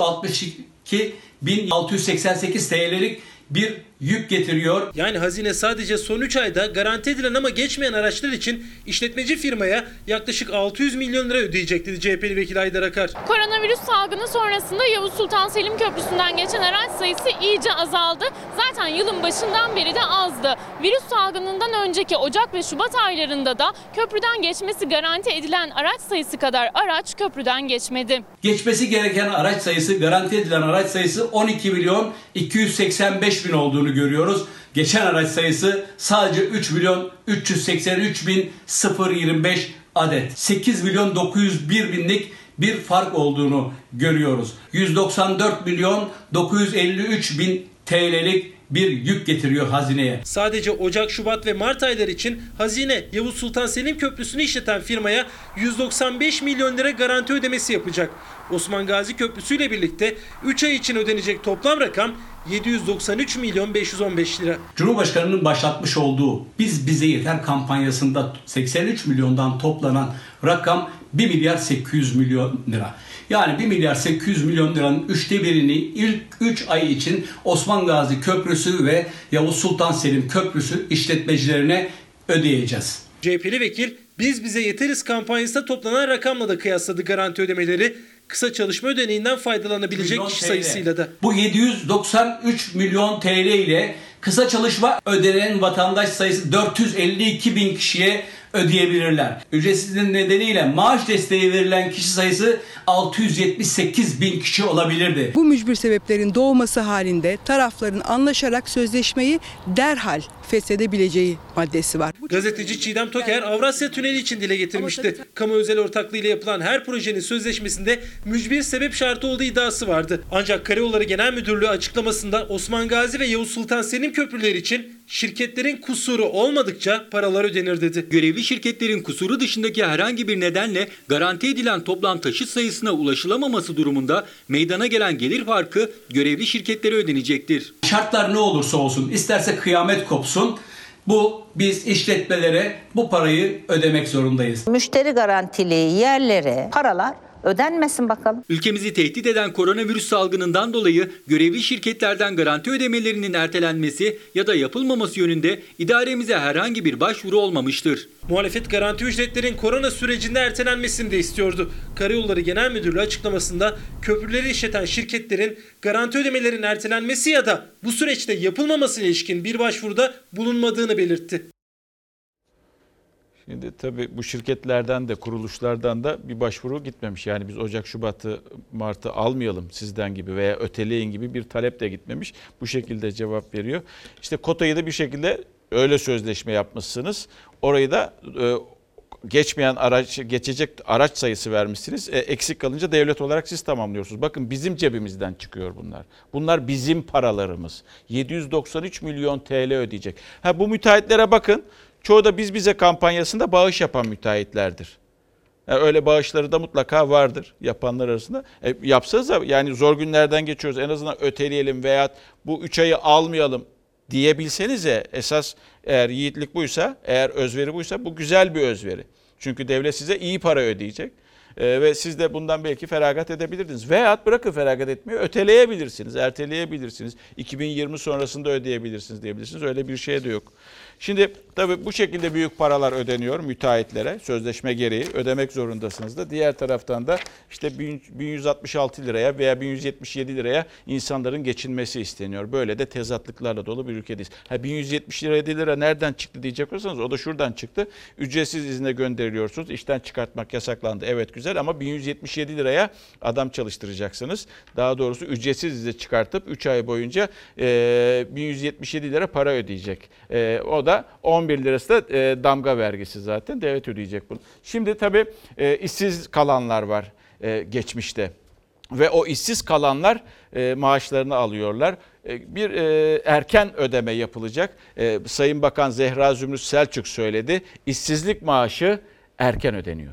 562 bin 688 TL'lik bir yük getiriyor. Yani hazine sadece son 3 ayda garanti edilen ama geçmeyen araçlar için işletmeci firmaya yaklaşık 600 milyon lira ödeyecek dedi CHP'li vekil Haydar Akar. Koronavirüs salgını sonrasında Yavuz Sultan Selim Köprüsü'nden geçen araç sayısı iyice azaldı. Zaten yılın başından beri de azdı. Virüs salgınından önceki Ocak ve Şubat aylarında da köprüden geçmesi garanti edilen araç sayısı kadar araç köprüden geçmedi. Geçmesi gereken araç sayısı, garanti edilen araç sayısı 12 milyon 285 bin olduğunu görüyoruz. Geçen araç sayısı sadece 3 milyon 383 bin 025 adet. 8 milyon 901 binlik bir fark olduğunu görüyoruz. 194 milyon 953 bin TL'lik bir yük getiriyor hazineye. Sadece Ocak, Şubat ve Mart ayları için hazine Yavuz Sultan Selim Köprüsü'nü işleten firmaya 195 milyon lira garanti ödemesi yapacak. Osman Gazi Köprüsü ile birlikte 3 ay için ödenecek toplam rakam 793 milyon 515 lira. Cumhurbaşkanı'nın başlatmış olduğu Biz Bize Yeter kampanyasında 83 milyondan toplanan rakam 1 milyar 800 milyon lira. Yani 1 milyar 800 milyon liranın 1/3'ünü ilk 3 ay için Osman Gazi Köprüsü ve Yavuz Sultan Selim Köprüsü işletmecilerine ödeyeceğiz. CHP'li vekil Biz Bize Yeteriz kampanyasında toplanan rakamla da kıyasladı garanti ödemeleri. Kısa çalışma ödeneğinden faydalanabilecek kişi sayısıyla da. Bu 793 milyon TL ile kısa çalışma ödenen vatandaş sayısı 452 bin kişiye ödeyebilirler. Ücretsizliğin nedeniyle maaş desteği verilen kişi sayısı 678 bin kişi olabilirdi. Bu mücbir sebeplerin doğması halinde tarafların anlaşarak sözleşmeyi derhal feshedebileceği maddesi var. Gazeteci Çiğdem Toker Avrasya Tüneli için dile getirmişti. Kamu özel ortaklığı ile yapılan her projenin sözleşmesinde mücbir sebep şartı olduğu iddiası vardı. Ancak Karayolları Genel Müdürlüğü açıklamasında Osman Gazi ve Yavuz Sultan Selim köprüleri için şirketlerin kusuru olmadıkça paralar ödenir dedi. Görevli şirketlerin kusuru dışındaki herhangi bir nedenle garanti edilen toplam taşıt sayısına ulaşılamaması durumunda meydana gelen gelir farkı görevli şirketlere ödenecektir. Şartlar ne olursa olsun, isterse kıyamet kopsun, biz işletmelere bu parayı ödemek zorundayız. Müşteri garantili yerlere paralar ödenmesin bakalım. Ülkemizi tehdit eden koronavirüs salgınından dolayı görevli şirketlerden garanti ödemelerinin ertelenmesi ya da yapılmaması yönünde idaremize herhangi bir başvuru olmamıştır. Muhalefet garanti ücretlerin korona sürecinde ertelenmesini de istiyordu. Karayolları Genel Müdürlüğü açıklamasında köprüleri işleten şirketlerin garanti ödemelerinin ertelenmesi ya da bu süreçte yapılmaması ile ilişkin bir başvuruda bulunmadığını belirtti. Şimdi tabii bu şirketlerden de kuruluşlardan da bir başvuru gitmemiş. Yani biz Ocak, Şubat'ı, Mart'ı almayalım sizden gibi veya öteleyin gibi bir talep de gitmemiş. Bu şekilde cevap veriyor. İşte kotayı da bir şekilde öyle sözleşme yapmışsınız. Orayı da geçecek araç sayısı vermişsiniz. Eksik kalınca devlet olarak siz tamamlıyorsunuz. Bakın bizim cebimizden çıkıyor bunlar. Bunlar bizim paralarımız. 793 milyon TL ödeyecek. Bu müteahhitlere bakın. Çoğu da biz bize kampanyasında bağış yapan müteahhitlerdir. Yani öyle bağışları da mutlaka vardır yapanlar arasında. Yapsanız da yani zor günlerden geçiyoruz. En azından öteleyelim veya bu 3 ayı almayalım diyebilsenize, esas eğer yiğitlik buysa, eğer özveri buysa bu güzel bir özveri. Çünkü devlet size iyi para ödeyecek. Ve siz de bundan belki feragat edebilirdiniz. Veyahut bırakın feragat etmeyi, öteleyebilirsiniz, erteleyebilirsiniz. 2020 sonrasında ödeyebilirsiniz diyebilirsiniz. Öyle bir şey de yok. Şimdi tabii bu şekilde büyük paralar ödeniyor müteahhitlere. Sözleşme gereği ödemek zorundasınız da. Diğer taraftan da işte 1166 liraya veya 1177 liraya insanların geçinmesi isteniyor. Böyle de tezatlıklarla dolu bir ülkedeyiz. 1177 lira nereden çıktı diyecek olursanız o da şuradan çıktı. Ücretsiz izne gönderiliyorsunuz. İşten çıkartmak yasaklandı. Evet güzel ama 1177 liraya adam çalıştıracaksınız. Daha doğrusu ücretsiz izne çıkartıp 3 ay boyunca 1177 lira para ödeyecek. O da 11 lirası da damga vergisi zaten. Devlet ödeyecek bunu. Şimdi tabii işsiz kalanlar var geçmişte. Ve o işsiz kalanlar maaşlarını alıyorlar. Bir erken ödeme yapılacak. Sayın Bakan Zehra Zümrüt Selçuk söyledi. İşsizlik maaşı erken ödeniyor.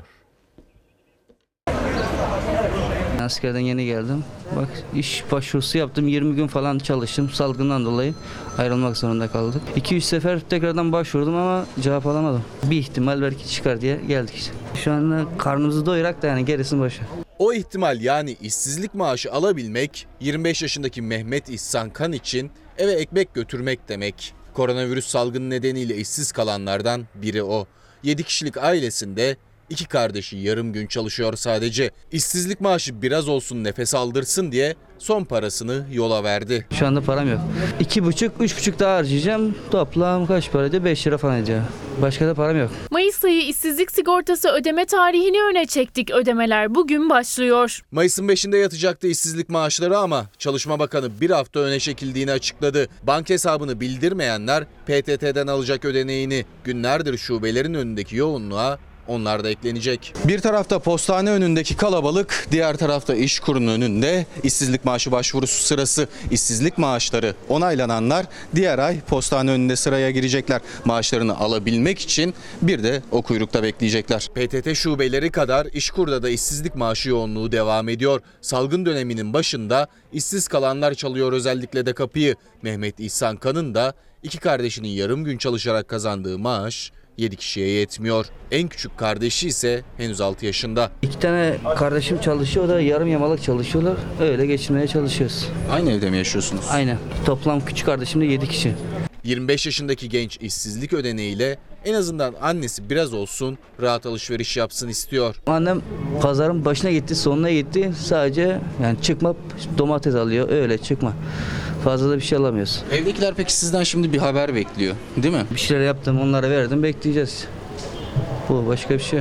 Askerden yeni geldim. Bak iş başvurusu yaptım. 20 gün falan çalıştım. Salgından dolayı ayrılmak zorunda kaldık. 2-3 sefer tekrardan başvurdum ama cevap alamadım. Bir ihtimal belki çıkar diye geldik işte. Şu anda karnımızı doyurak da yani gerisini boş ver. O ihtimal yani işsizlik maaşı alabilmek 25 yaşındaki Mehmet İhsan Kan için eve ekmek götürmek demek. Koronavirüs salgını nedeniyle işsiz kalanlardan biri o. 7 kişilik ailesinde 2 kardeşi yarım gün çalışıyor sadece. İşsizlik maaşı biraz olsun nefes aldırsın diye son parasını yola verdi. Şu anda param yok. 2,5-3,5 daha harcayacağım. Toplam kaç para ediyor? 5 lira falan ediyor. Başka da param yok. Mayıs ayı işsizlik sigortası ödeme tarihini öne çektik. Ödemeler bugün başlıyor. Mayıs'ın 5'inde yatacaktı işsizlik maaşları ama Çalışma Bakanı bir hafta öne çekildiğini açıkladı. Banka hesabını bildirmeyenler PTT'den alacak ödeneğini. Günlerdir şubelerin önündeki yoğunluğa onlar da eklenecek. Bir tarafta postane önündeki kalabalık, diğer tarafta İşkur'un önünde işsizlik maaşı başvurusu sırası. İşsizlik maaşları onaylananlar diğer ay postane önünde sıraya girecekler. Maaşlarını alabilmek için bir de o kuyrukta bekleyecekler. PTT şubeleri kadar İşkur'da da işsizlik maaşı yoğunluğu devam ediyor. Salgın döneminin başında işsiz kalanlar çalıyor özellikle de kapıyı. Mehmet İhsan Kan'ın da 2 kardeşinin yarım gün çalışarak kazandığı maaş 7 kişiye yetmiyor. En küçük kardeşi ise henüz 6 yaşında. 2 tane kardeşim çalışıyor, o da yarım yamalak çalışıyorlar. Öyle geçinmeye çalışıyoruz. Aynı evde mi yaşıyorsunuz? Aynen. Toplam küçük kardeşim de 7 kişi. 25 yaşındaki genç işsizlik ödeneğiyle en azından annesi biraz olsun rahat alışveriş yapsın istiyor. Annem pazarın başına gitti, sonuna gitti. Sadece yani çıkma domates alıyor, öyle çıkma. Fazla da bir şey alamıyoruz. Evdekiler peki sizden şimdi bir haber bekliyor, değil mi? Bir şeyler yaptım, onlara verdim, bekleyeceğiz. Bu başka bir şey.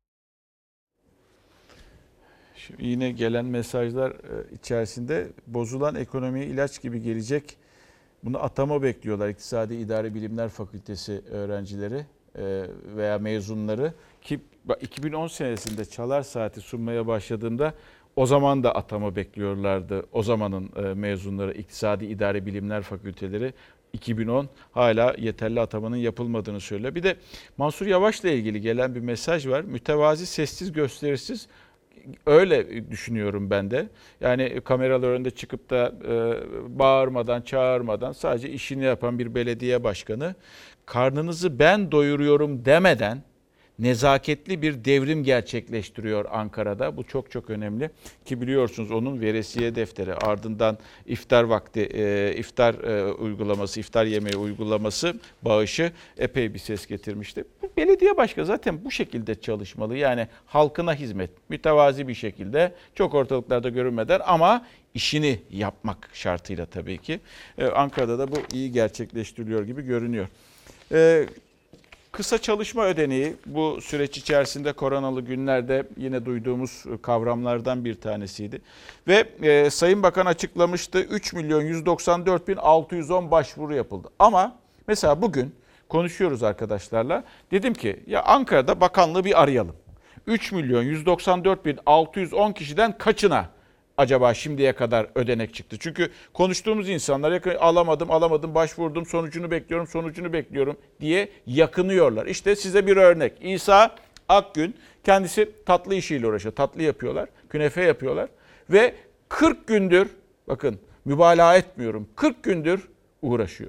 Yine gelen mesajlar içerisinde bozulan ekonomiye ilaç gibi gelecek. Bunu atama bekliyorlar İktisadi İdari Bilimler Fakültesi öğrencileri veya mezunları. Ki 2010 senesinde Çalar Saati sunmaya başladığımda o zaman da atama bekliyorlardı. O zamanın mezunları İktisadi İdari Bilimler Fakülteleri 2010 hala yeterli atamanın yapılmadığını söylüyor. Bir de Mansur Yavaş'la ilgili gelen bir mesaj var. Mütevazi, sessiz, gösterişsiz. Öyle düşünüyorum ben de. Yani kameralar önünde çıkıp da bağırmadan, çağırmadan sadece işini yapan bir belediye başkanı karnınızı ben doyuruyorum demeden nezaketli bir devrim gerçekleştiriyor Ankara'da. Bu çok çok önemli ki biliyorsunuz onun veresiye defteri, ardından iftar vakti, iftar uygulaması, iftar yemeği uygulaması, bağışı epey bir ses getirmişti. Bu belediye başkanı zaten bu şekilde çalışmalı. Yani halkına hizmet, mütevazi bir şekilde, çok ortalıklarda görünmeden ama işini yapmak şartıyla tabii ki. Ankara'da da bu iyi gerçekleştiriliyor gibi görünüyor. Kısa çalışma ödeneği bu süreç içerisinde koronalı günlerde yine duyduğumuz kavramlardan bir tanesiydi. Ve Sayın Bakan açıklamıştı, 3.194.610 başvuru yapıldı. Ama mesela bugün konuşuyoruz arkadaşlarla. Dedim ki ya Ankara'da bakanlığı bir arayalım. 3.194.610 kişiden kaçına acaba şimdiye kadar ödenek çıktı? Çünkü konuştuğumuz insanlar alamadım, başvurdum, sonucunu bekliyorum diye yakınıyorlar. İşte size bir örnek. İsa Akgün, kendisi tatlı işiyle uğraşıyor. Tatlı yapıyorlar, künefe yapıyorlar ve 40 gündür, bakın mübalağa etmiyorum, 40 gündür uğraşıyor.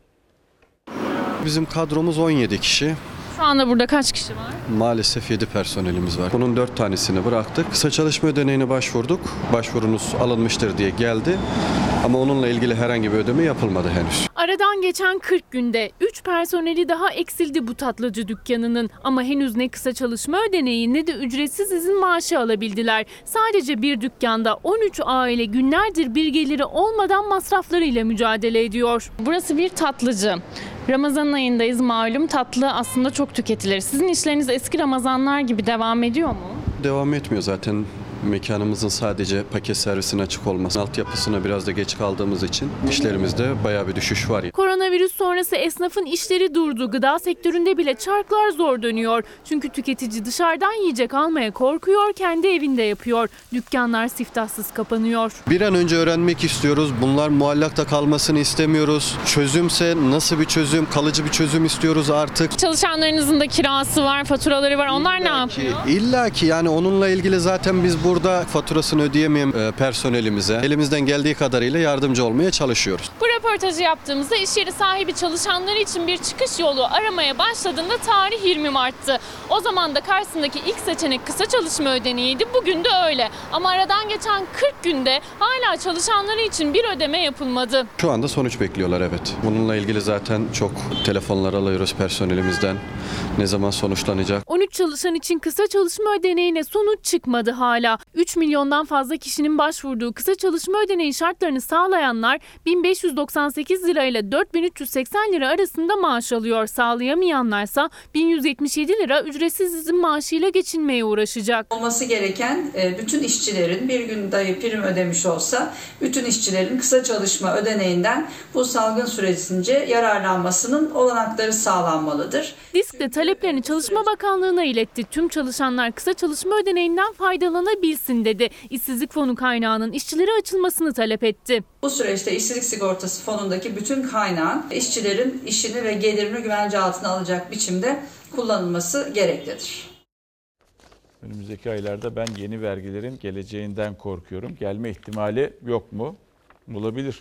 Bizim kadromuz 17 kişi. Şu anda burada kaç kişi var? Maalesef 7 personelimiz var. Bunun 4 tanesini bıraktık. Kısa çalışma ödeneğine başvurduk. Başvurunuz alınmıştır diye geldi. Ama onunla ilgili herhangi bir ödeme yapılmadı henüz. Aradan geçen 40 günde 3 personeli daha eksildi bu tatlıcı dükkanının. Ama henüz ne kısa çalışma ödeneği ne de ücretsiz izin maaşı alabildiler. Sadece bir dükkanda 13 aile günlerdir bir geliri olmadan masraflarıyla mücadele ediyor. Burası bir tatlıcı. Ramazan ayındayız, malum tatlı aslında çok tüketilir. Sizin işleriniz eski Ramazanlar gibi devam ediyor mu? Devam etmiyor zaten. Mekanımızın sadece paket servisine açık olması, altyapısına biraz da geç kaldığımız için işlerimizde bayağı bir düşüş var. Koronavirüs sonrası esnafın işleri durdu. Gıda sektöründe bile çarklar zor dönüyor. Çünkü tüketici dışarıdan yiyecek almaya korkuyor, kendi evinde yapıyor. Dükkanlar siftahsız kapanıyor. Bir an önce öğrenmek istiyoruz. Bunlar muallakta kalmasını istemiyoruz. Çözümse nasıl bir çözüm, kalıcı bir çözüm istiyoruz artık. Çalışanlarınızın da kirası var, faturaları var. Onlar ne yapıyor? İlla ki yani onunla ilgili zaten biz burada faturasını ödeyemeyen personelimize elimizden geldiği kadarıyla yardımcı olmaya çalışıyoruz. Bu röportajı yaptığımızda iş yeri sahibi çalışanları için bir çıkış yolu aramaya başladığında tarih 20 Mart'tı. O zaman da karşısındaki ilk seçenek kısa çalışma ödeneğiydi. Bugün de öyle. Ama aradan geçen 40 günde hala çalışanları için bir ödeme yapılmadı. Şu anda sonuç bekliyorlar, evet. Bununla ilgili zaten çok telefonlar alıyoruz personelimizden. Ne zaman sonuçlanacak? 13 çalışan için kısa çalışma ödeneğine sonuç çıkmadı hala. 3 milyondan fazla kişinin başvurduğu kısa çalışma ödeneği şartlarını sağlayanlar 1598 lira ile 4380 lira arasında maaş alıyor. Sağlayamayanlarsa 1177 lira ücretsiz izin maaşıyla geçinmeye uğraşacak. Olması gereken bütün işçilerin bir gün dahi prim ödemiş olsa bütün işçilerin kısa çalışma ödeneğinden bu salgın süresince yararlanmasının olanakları sağlanmalıdır. DİSK de taleplerini Çalışma Bakanlığı'na iletti. Tüm çalışanlar kısa çalışma ödeneğinden faydalanabilsin dedi. İşsizlik fonu kaynağının işçilere açılmasını talep etti. Bu süreçte işsizlik sigortası fonundaki bütün kaynağın işçilerin işini ve gelirini güvence altına alacak biçimde kullanılması gereklidir. Önümüzdeki aylarda ben yeni vergilerin geleceğinden korkuyorum. Gelme ihtimali yok mu? Olabilir.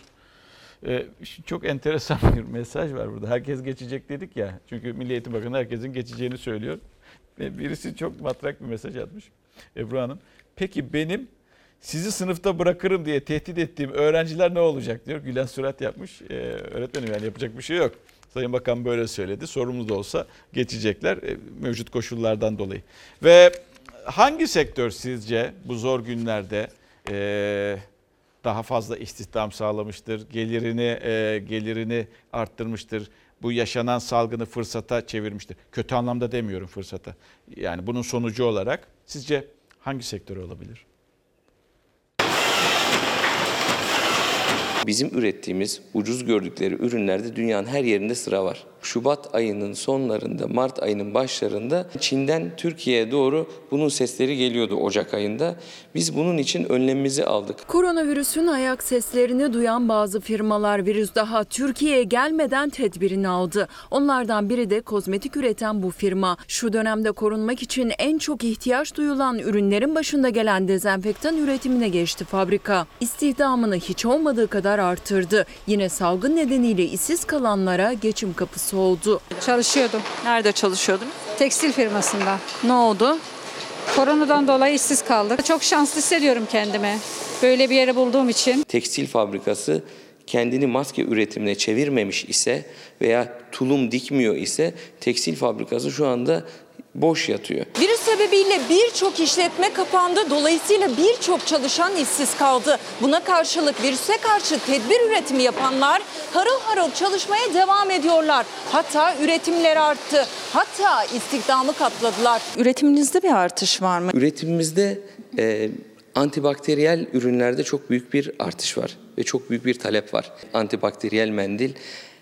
Çok enteresan bir mesaj var burada. Herkes geçecek dedik ya. Çünkü Milli Eğitim Bakanı herkesin geçeceğini söylüyor. Birisi çok matrak bir mesaj atmış. Ebru Hanım. Peki benim sizi sınıfta bırakırım diye tehdit ettiğim öğrenciler ne olacak diyor. Gülen surat yapmış. Öğretmenim yani yapacak bir şey yok. Sayın Bakan böyle söyledi. Sorumlu da olsa geçecekler mevcut koşullardan dolayı. Ve hangi sektör sizce bu zor günlerde daha fazla istihdam sağlamıştır, gelirini arttırmıştır, bu yaşanan salgını fırsata çevirmiştir? Kötü anlamda demiyorum fırsata. Yani bunun sonucu olarak sizce hangi sektör olabilir? Bizim ürettiğimiz ucuz gördükleri ürünlerde dünyanın her yerinde sıra var. Şubat ayının sonlarında, Mart ayının başlarında Çin'den Türkiye'ye doğru bunun sesleri geliyordu Ocak ayında. Biz bunun için önlemimizi aldık. Koronavirüsün ayak seslerini duyan bazı firmalar virüs daha Türkiye'ye gelmeden tedbirini aldı. Onlardan biri de kozmetik üreten bu firma. Şu dönemde korunmak için en çok ihtiyaç duyulan ürünlerin başında gelen dezenfektan üretimine geçti fabrika. İstihdamını hiç olmadığı kadar artırdı. Yine salgın nedeniyle işsiz kalanlara geçim kapısı oldu. Çalışıyordum. Nerede çalışıyordun? Tekstil firmasında. Ne oldu? Koronadan dolayı işsiz kaldık. Çok şanslı hissediyorum kendimi. Böyle bir yeri bulduğum için. Tekstil fabrikası kendini maske üretimine çevirmemiş ise veya tulum dikmiyor ise tekstil fabrikası şu anda boş yatıyor. Virüs sebebiyle birçok işletme kapandı. Dolayısıyla birçok çalışan işsiz kaldı. Buna karşılık virüse karşı tedbir üretimi yapanlar harıl harıl çalışmaya devam ediyorlar. Hatta üretimleri arttı. Hatta istihdamı katladılar. Üretiminizde bir artış var mı? Üretimimizde antibakteriyel ürünlerde çok büyük bir artış var ve çok büyük bir talep var. Antibakteriyel mendil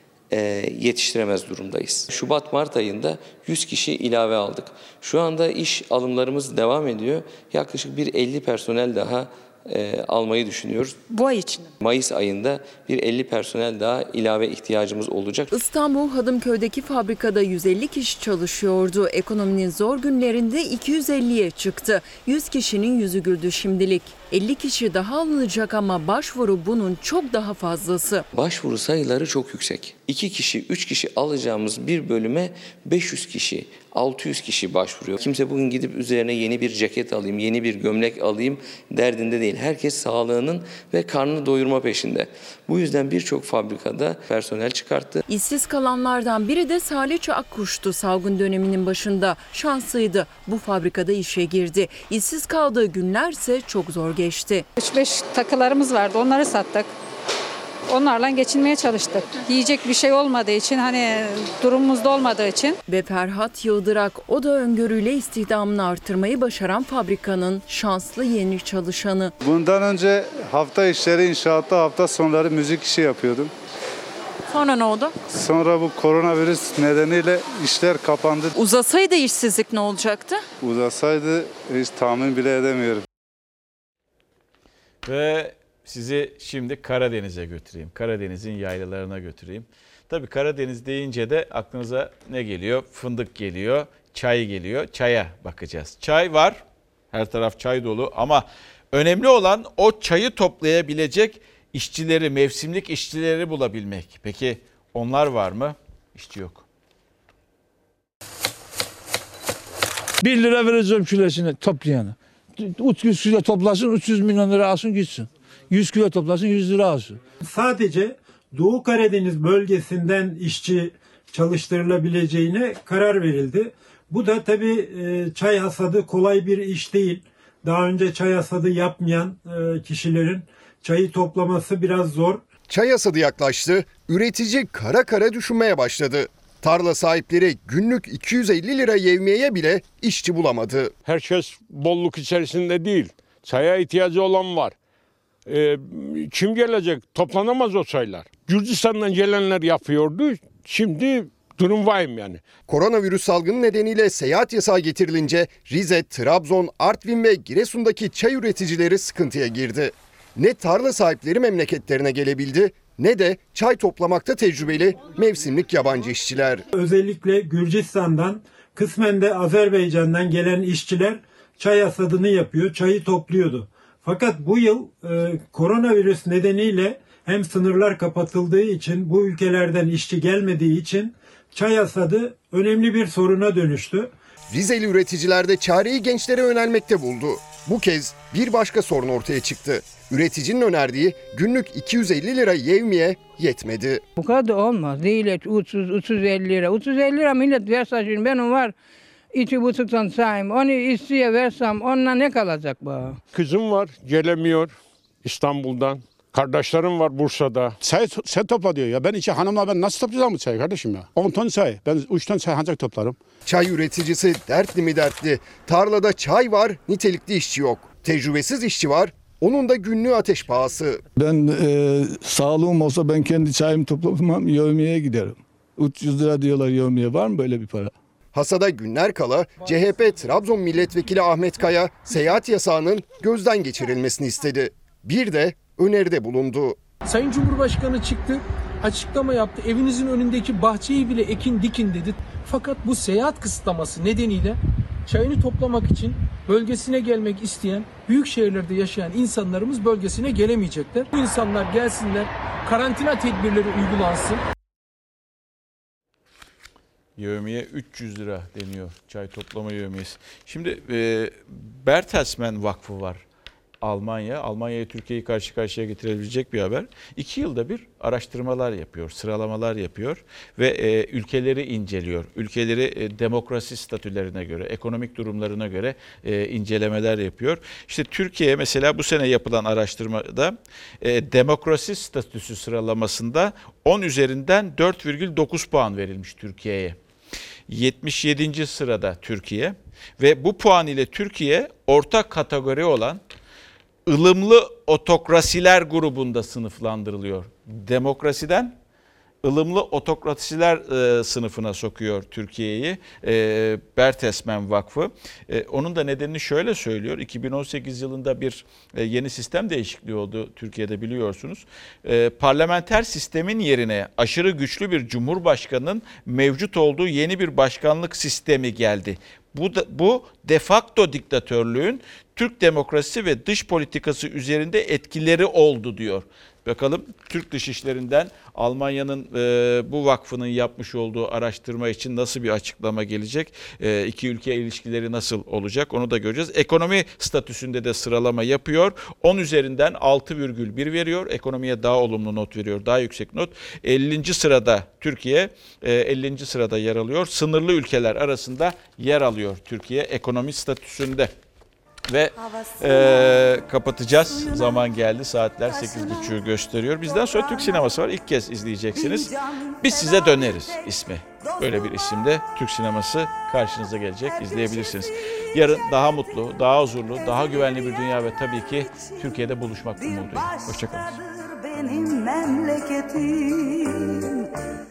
yetiştiremez durumdayız. Şubat-Mart ayında 100 kişi ilave aldık. Şu anda iş alımlarımız devam ediyor. Yaklaşık bir 50 personel daha almayı düşünüyoruz. Bu ay için. Mayıs ayında bir 50 personel daha ilave ihtiyacımız olacak. İstanbul Hadımköy'deki fabrikada 150 kişi çalışıyordu. Ekonominin zor günlerinde 250'ye çıktı. 100 kişinin yüzü güldü şimdilik. 50 kişi daha alınacak ama başvuru bunun çok daha fazlası. Başvuru sayıları çok yüksek. 2 kişi, 3 kişi alacağımız bir bölüme 500 kişi, 600 kişi başvuruyor. Kimse bugün gidip üzerine yeni bir ceket alayım, yeni bir gömlek alayım derdinde değil. Herkes sağlığının ve karnını doyurma peşinde. Bu yüzden birçok fabrikada personel çıkarttı. İşsiz kalanlardan biri de Salih Akkuş'tu salgın döneminin başında. Şanslıydı. Bu fabrikada işe girdi. İşsiz kaldığı günlerse çok zor geçti. 3-5 takılarımız vardı. Onları sattık. Onlarla geçinmeye çalıştık. Yiyecek bir şey olmadığı için, hani durumumuzda olmadığı için. Ve Ferhat Yıldırak, o da öngörüyle istihdamını artırmayı başaran fabrikanın şanslı yeni çalışanı. Bundan önce hafta işleri inşaatta, hafta sonları müzik işi yapıyordum. Sonra ne oldu? Sonra bu koronavirüs nedeniyle işler kapandı. Uzasaydı işsizlik ne olacaktı? Uzasaydı hiç tahmin bile edemiyorum. Ve sizi şimdi Karadeniz'e götüreyim. Karadeniz'in yaylalarına götüreyim. Tabii Karadeniz deyince de aklınıza ne geliyor? Fındık geliyor, çay geliyor. Çaya bakacağız. Çay var, her taraf çay dolu ama önemli olan o çayı toplayabilecek işçileri, mevsimlik işçileri bulabilmek. Peki onlar var mı? İşçi yok. 1 lira vereceğim kilosunu toplayana. 300 kilo toplasın 300 milyon lira alsın gitsin. 100 kilo toplasın 100 lira alsın. Sadece Doğu Karadeniz bölgesinden işçi çalıştırılabileceğine karar verildi. Bu da tabii çay hasadı kolay bir iş değil. Daha önce çay hasadı yapmayan kişilerin çayı toplaması biraz zor. Çay hasadı yaklaştı, üretici kara kara düşünmeye başladı. Tarla sahipleri günlük 250 lira yevmiyeye bile işçi bulamadı. Herkes bolluk içerisinde değil. Çaya ihtiyacı olan var. Kim gelecek? Toplanamaz o çaylar. Gürcistan'dan gelenler yapıyordu. Şimdi durum vahim yani. Koronavirüs salgını nedeniyle seyahat yasağı getirilince Rize, Trabzon, Artvin ve Giresun'daki çay üreticileri sıkıntıya girdi. Ne tarla sahipleri memleketlerine gelebildi ne de çay toplamakta tecrübeli mevsimlik yabancı işçiler. Özellikle Gürcistan'dan, kısmen de Azerbaycan'dan gelen işçiler çay hasadını yapıyor, çayı topluyordu. Fakat bu yıl koronavirüs nedeniyle hem sınırlar kapatıldığı için, bu ülkelerden işçi gelmediği için çay hasadı önemli bir soruna dönüştü. Rizeli üreticiler de çareyi gençlere yönelmekte buldu. Bu kez bir başka sorun ortaya çıktı. Üreticinin önerdiği günlük 250 lira yevmiye yetmedi. Bu kadar olmaz. Değil 350 lira. 350 lira millet verse şimdi benim var 2,5'tan sayayım. Onu işçiye versem onunla ne kalacak bu? Kızım var gelemiyor İstanbul'dan. Kardeşlerim var Bursa'da. Çay sen topla diyor ya. Ben iki hanımla ben nasıl toplayacağım bu çayı kardeşim ya? 10 ton çay. Ben 3 ton çay ancak toplarım. Çay üreticisi dertli mi dertli. Tarlada çay var, nitelikli işçi yok. Tecrübesiz işçi var, onun da günlüğü ateş pahası. Ben sağlığım olsa ben kendi çayımı toplamam, yevmiyeye giderim. 300 lira diyorlar yevmiye. Var mı böyle bir para? Hasada günler kala CHP Trabzon Milletvekili Ahmet Kaya seyahat yasağının gözden geçirilmesini istedi. Bir de öneride bulundu. Sayın Cumhurbaşkanı çıktı, açıklama yaptı. Evinizin önündeki bahçeyi bile ekin dikin dedi. Fakat bu seyahat kısıtlaması nedeniyle çayını toplamak için bölgesine gelmek isteyen, büyük şehirlerde yaşayan insanlarımız bölgesine gelemeyecekler. Bu insanlar gelsinler, karantina tedbirleri uygulansın. Yevmiye 300 lira deniyor, çay toplama yevmiyesi. Şimdi Bertelsmann Vakfı var. Almanya'ya Türkiye'yi karşı karşıya getirebilecek bir haber. 2 yılda bir araştırmalar yapıyor, sıralamalar yapıyor ve ülkeleri inceliyor. Ülkeleri demokrasi statülerine göre, ekonomik durumlarına göre incelemeler yapıyor. İşte Türkiye mesela bu sene yapılan araştırmada demokrasi statüsü sıralamasında 10 üzerinden 4,9 puan verilmiş Türkiye'ye. 77. sırada Türkiye ve bu puan ile Türkiye orta kategori olan ılımlı otokrasiler grubunda sınıflandırılıyor. Demokrasiden ılımlı otokrasiler sınıfına sokuyor Türkiye'yi Bertelsmann Vakfı. Onun da nedenini şöyle söylüyor. 2018 yılında bir yeni sistem değişikliği oldu Türkiye'de biliyorsunuz. Parlamenter sistemin yerine aşırı güçlü bir cumhurbaşkanının mevcut olduğu yeni bir başkanlık sistemi geldi. Bu de facto diktatörlüğün Türk demokrasisi ve dış politikası üzerinde etkileri oldu diyor. Bakalım Türk Dışişleri'nden Almanya'nın bu vakfının yapmış olduğu araştırma için nasıl bir açıklama gelecek? İki ülke ilişkileri nasıl olacak? Onu da göreceğiz. Ekonomi statüsünde de sıralama yapıyor. 10 üzerinden 6,1 veriyor. Ekonomiye daha olumlu not veriyor. Daha yüksek not. 50. sırada Türkiye 50. sırada yer alıyor. Sınırlı ülkeler arasında yer alıyor Türkiye ekonomi statüsünde. Ve kapatacağız. Zaman geldi. Saatler 8.30'u gösteriyor. Bizden sonra Türk sineması var. İlk kez izleyeceksiniz. Biz size döneriz ismi. Böyle bir isimde Türk sineması karşınıza gelecek. İzleyebilirsiniz. Yarın daha mutlu, daha huzurlu, daha güvenli bir dünya ve tabii ki Türkiye'de buluşmak umuduyla. Hoşçakalın.